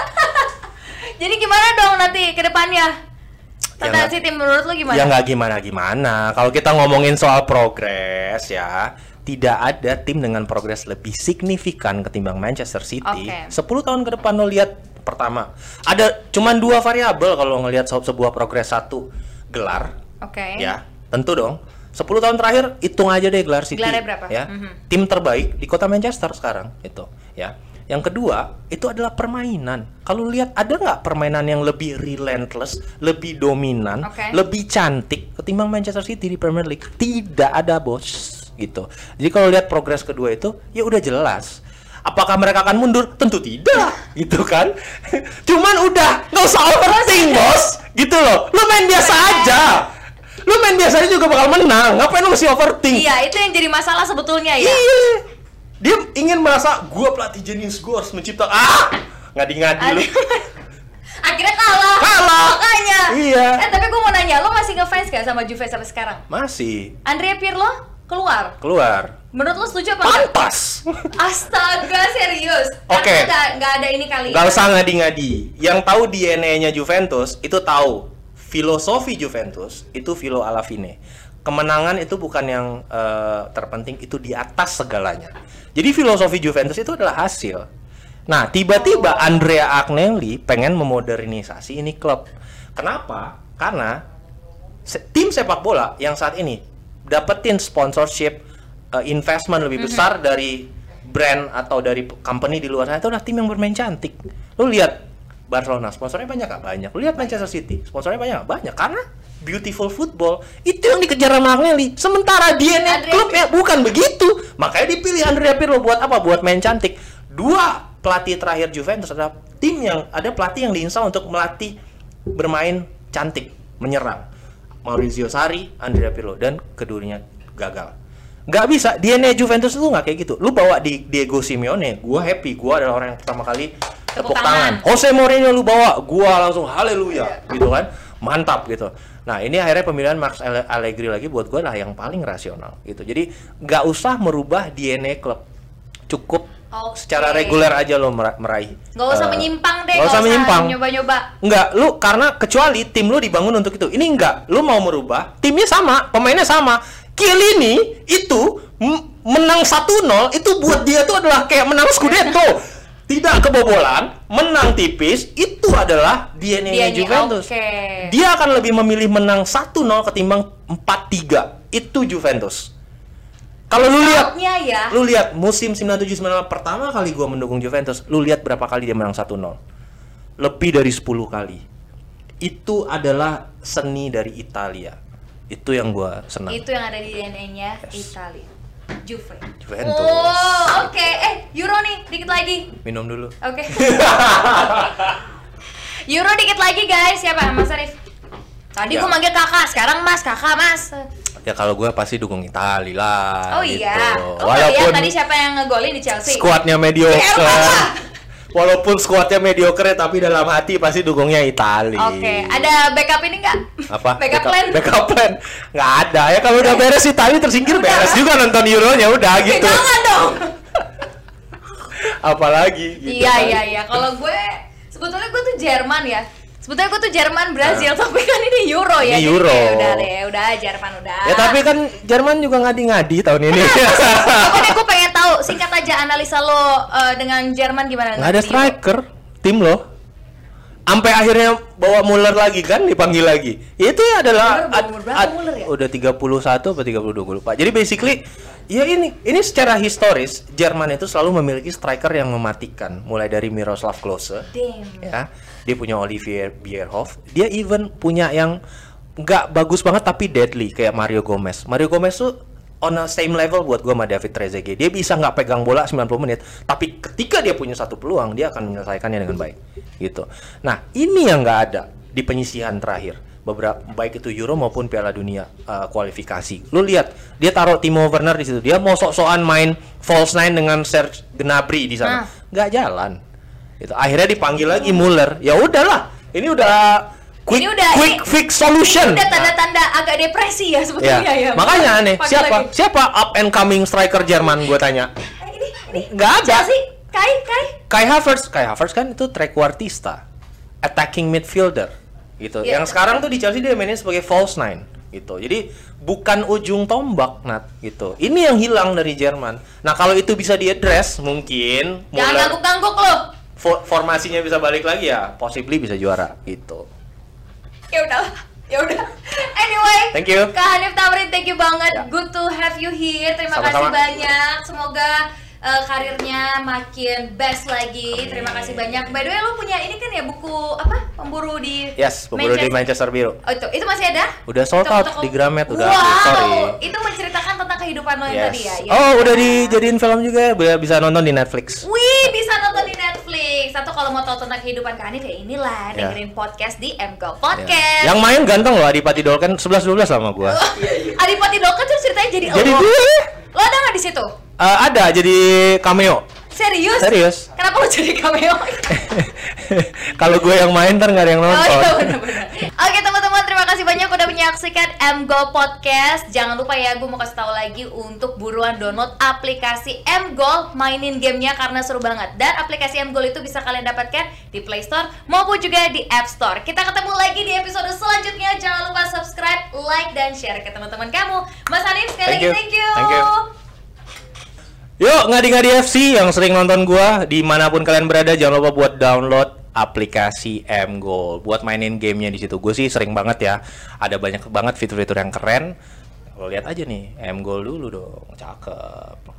Speaker 2: Jadi gimana dong nanti ke depannya? Tendensi tim menurut lu gimana?
Speaker 1: Ya nggak gimana-gimana. Kalau kita ngomongin soal progres ya, tidak ada tim dengan progres lebih signifikan ketimbang Manchester City. 10 tahun ke depan lo lihat, pertama, ada cuman 2 variabel kalau ngelihat sebuah progres. 1, gelar. Ya, tentu dong. 10 tahun terakhir hitung aja deh gelar City.
Speaker 2: Gelarnya berapa?
Speaker 1: Ya. Tim terbaik di kota Manchester sekarang itu, ya. Yang kedua, itu adalah permainan. Kalau lihat, ada nggak permainan yang lebih relentless, lebih dominan, lebih cantik ketimbang Manchester City di Premier League? Tidak ada, bos. Gitu. Jadi kalau lihat progres kedua itu, ya udah jelas. Apakah mereka akan mundur? Tentu tidak, gitu kan? Cuman udah, nggak usah overthink, bos. Gitu loh. Lu main biasa aja. Lu main biasa aja juga bakal menang. Ngapain lu mesti overthink?
Speaker 2: Iya, itu yang jadi masalah sebetulnya ya.
Speaker 1: Iya. Dia ingin merasa, gue pelatih jenius, gue harus menciptakan ngadi-ngadi lu.
Speaker 2: Akhirnya kalah. Makanya.
Speaker 1: Iya.
Speaker 2: Tapi gue mau nanya, lo masih ngefans gak sama Juve sampai sekarang?
Speaker 1: Masih.
Speaker 2: Andrea Pirlo keluar. Menurut lo setuju apa?
Speaker 1: Pantas.
Speaker 2: Astaga, serius.
Speaker 1: Oke.
Speaker 2: Nggak ada ini kali.
Speaker 1: Gak usah ngadi-ngadi. Yang tahu DNA-nya Juventus itu tahu filosofi Juventus itu filo alla fine. Kemenangan itu bukan yang terpenting, itu di atas segalanya. Jadi filosofi Juventus itu adalah hasil. Nah, tiba-tiba Andrea Agnelli pengen memodernisasi ini klub. Kenapa? Karena tim sepak bola yang saat ini dapetin sponsorship, investment lebih besar dari brand atau dari company di luar sana, itu adalah tim yang bermain cantik. Lu lihat Barcelona, sponsornya banyak gak? Banyak. Lu lihat Manchester City, sponsornya banyak gak? Banyak. Karena beautiful football itu yang dikejar sama Agnelli. Sementara DNA klubnya bukan begitu. Makanya dipilih Andrea Pirlo buat apa? Buat main cantik. 2 pelatih terakhir Juventus adalah tim yang ada pelatih yang diinstal untuk melatih bermain cantik, menyerang. Maurizio Sarri, Andrea Pirlo, dan keduanya gagal. Nggak bisa, DNA Juventus itu nggak kayak gitu. Lu bawa di Diego Simeone, gua happy, gua adalah orang yang pertama kali tepuk tangan. Jose Mourinho lu bawa, gua langsung haleluya, gitu kan, mantap gitu. Nah, ini akhirnya pemilihan Max Allegri lagi buat gua lah yang paling rasional gitu. Jadi nggak usah merubah DNA klub, cukup secara reguler aja lo meraih.
Speaker 2: Nggak usah menyimpang deh,
Speaker 1: nggak usah menyimpang,
Speaker 2: nyoba-nyoba.
Speaker 1: Nggak, lu karena kecuali tim lu dibangun untuk itu. Ini enggak, lu mau merubah, timnya sama, pemainnya sama. Chiellini itu menang 1-0 itu buat dia tuh adalah kayak menang Scudetto. Tidak kebobolan, menang tipis, itu adalah DNA Juventus. Dia akan lebih memilih menang 1-0 ketimbang 4-3. Itu Juventus. Kalau lu lihat musim 97-98 pertama kali gua mendukung Juventus, lu lihat berapa kali dia menang 1-0. Lebih dari 10 kali. Itu adalah seni dari Italia. Itu yang gua senang.
Speaker 2: Itu yang ada di DNA-nya Italia.
Speaker 1: Juventus.
Speaker 2: Oh, oke. Euro nih, dikit lagi.
Speaker 1: Minum dulu.
Speaker 2: Oke. Euro dikit lagi, guys. Siapa? Mas Arif. Tadi gua manggil kakak, sekarang mas, kakak, mas.
Speaker 1: Ya kalau gue pasti dukung Italia lah.
Speaker 2: Oh
Speaker 1: gitu.
Speaker 2: iya.
Speaker 1: Walaupun
Speaker 2: tadi siapa yang ngegolin di Chelsea?
Speaker 1: Skuadnya mediocre. Walaupun skuadnya mediocre tapi dalam hati pasti dukungnya Italia.
Speaker 2: Oke, ada backup ini nggak?
Speaker 1: Apa?
Speaker 2: Backup plan?
Speaker 1: Backup plan? Nggak ada ya, kalau udah beres Italia tersingkir beres juga nonton Euronya udah gitu.
Speaker 2: Jangan dong.
Speaker 1: Apalagi gitu kan.
Speaker 2: Iya. Kalau gue sebetulnya gue tuh Jerman ya. Sebetulnya gue tuh Jerman, Brazil, tapi kan ini Euro ya.
Speaker 1: Ini
Speaker 2: jadi
Speaker 1: Euro.
Speaker 2: kayak udah deh, udah Jerman udah.
Speaker 1: Ya tapi kan Jerman juga ngadi-ngadi tahun ini.
Speaker 2: Pokoknya gue pengen tahu, singkat aja analisa lo dengan Jerman gimana?
Speaker 1: Nggak ada striker tim lo. Sampai akhirnya bawa Muller lagi kan, dipanggil lagi. Itu adalah
Speaker 2: Muller ya?
Speaker 1: udah 31 atau 32 gue lupa. Jadi basically ya ini secara historis Jerman itu selalu memiliki striker yang mematikan, mulai dari Miroslav Klose.
Speaker 2: Damn.
Speaker 1: Ya. Dia punya Olivier Bierhoff. Dia even punya yang nggak bagus banget tapi deadly kayak Mario Gomez. Mario Gomez tuh on a same level buat gua sama David Trezeguet. Dia bisa nggak pegang bola 90 menit, tapi ketika dia punya satu peluang, dia akan menyelesaikannya dengan baik. Gitu. Nah, ini yang nggak ada di penyisihan terakhir. Beberapa baik itu Euro maupun Piala Dunia kualifikasi. Lu lihat, dia taruh Timo Werner di situ. Dia mau sok-sokan main false nine dengan Serge Gnabry di sana. Nggak jalan. Itu akhirnya dipanggil lagi Muller. Ya udahlah, ini udah quick fix solution.
Speaker 2: Ini udah tanda-tanda agak depresi ya sebetulnya ya.
Speaker 1: Makanya aneh, siapa up and coming striker Jerman gue tanya.
Speaker 2: Ini
Speaker 1: nggak ada.
Speaker 2: Chelsea,
Speaker 1: Kai Havertz kan itu trequartista, attacking midfielder gitu.
Speaker 2: Yeah.
Speaker 1: Yang sekarang tuh di Chelsea dia mainnya sebagai false nine gitu. Jadi bukan ujung tombak Nat gitu. Ini yang hilang dari Jerman. Nah, kalau itu bisa diadres mungkin
Speaker 2: jangan ganggu-ganggu lo.
Speaker 1: Formasinya bisa balik lagi ya, possibly bisa juara gitu.
Speaker 2: Ya udah. Anyway,
Speaker 1: thank you.
Speaker 2: Kak Hanif Tamrin, thank you banget. Good to have you here. Terima kasih banyak. Semoga karirnya makin best lagi. Terima kasih banyak. By the way, lo punya ini kan ya buku apa? Pemburu di
Speaker 1: Pemburu di Manchester Biru.
Speaker 2: Oh, itu masih ada?
Speaker 1: Udah sold out di Gramet udah.
Speaker 2: Wow, itu menceritakan tentang kehidupan lo yang tadi ya.
Speaker 1: Udah dijadiin film juga, bisa nonton di Netflix.
Speaker 2: Wih, bisa nonton di Netflix. Atau kalau mau tahu tentang kehidupan Kak Hanif ya inilah dengerin podcast di MGO Podcast.
Speaker 1: Yang main ganteng loh, Adipati Dolken 11-12 sama gua.
Speaker 2: Adipati Dolken tuh ceritanya jadi lo ada nggak di situ?
Speaker 1: Ada, jadi cameo.
Speaker 2: Serius? Kenapa lo jadi cameo?
Speaker 1: Kalau gue yang main ntar nggak ada yang nonton.
Speaker 2: Iya, benar. Oke teman-teman, terima kasih banyak udah menyaksikan MGO Podcast. Jangan lupa ya, gue mau kasih tahu lagi untuk buruan download aplikasi MGO, mainin gamenya karena seru banget. Dan aplikasi MGO itu bisa kalian dapatkan di Play Store maupun juga di App Store. Kita ketemu lagi di episode selanjutnya. Jangan lupa subscribe, like, dan share ke teman-teman kamu. Mas Hanif, sekali lagi thank you.
Speaker 1: Yuk, ngadi-ngadi FC yang sering nonton gua dimanapun kalian berada, jangan lupa buat download aplikasi MGO buat mainin gamenya di situ. Gue sih sering banget ya, ada banyak banget fitur-fitur yang keren. Lo lihat aja nih, MGO dulu dong, cakep.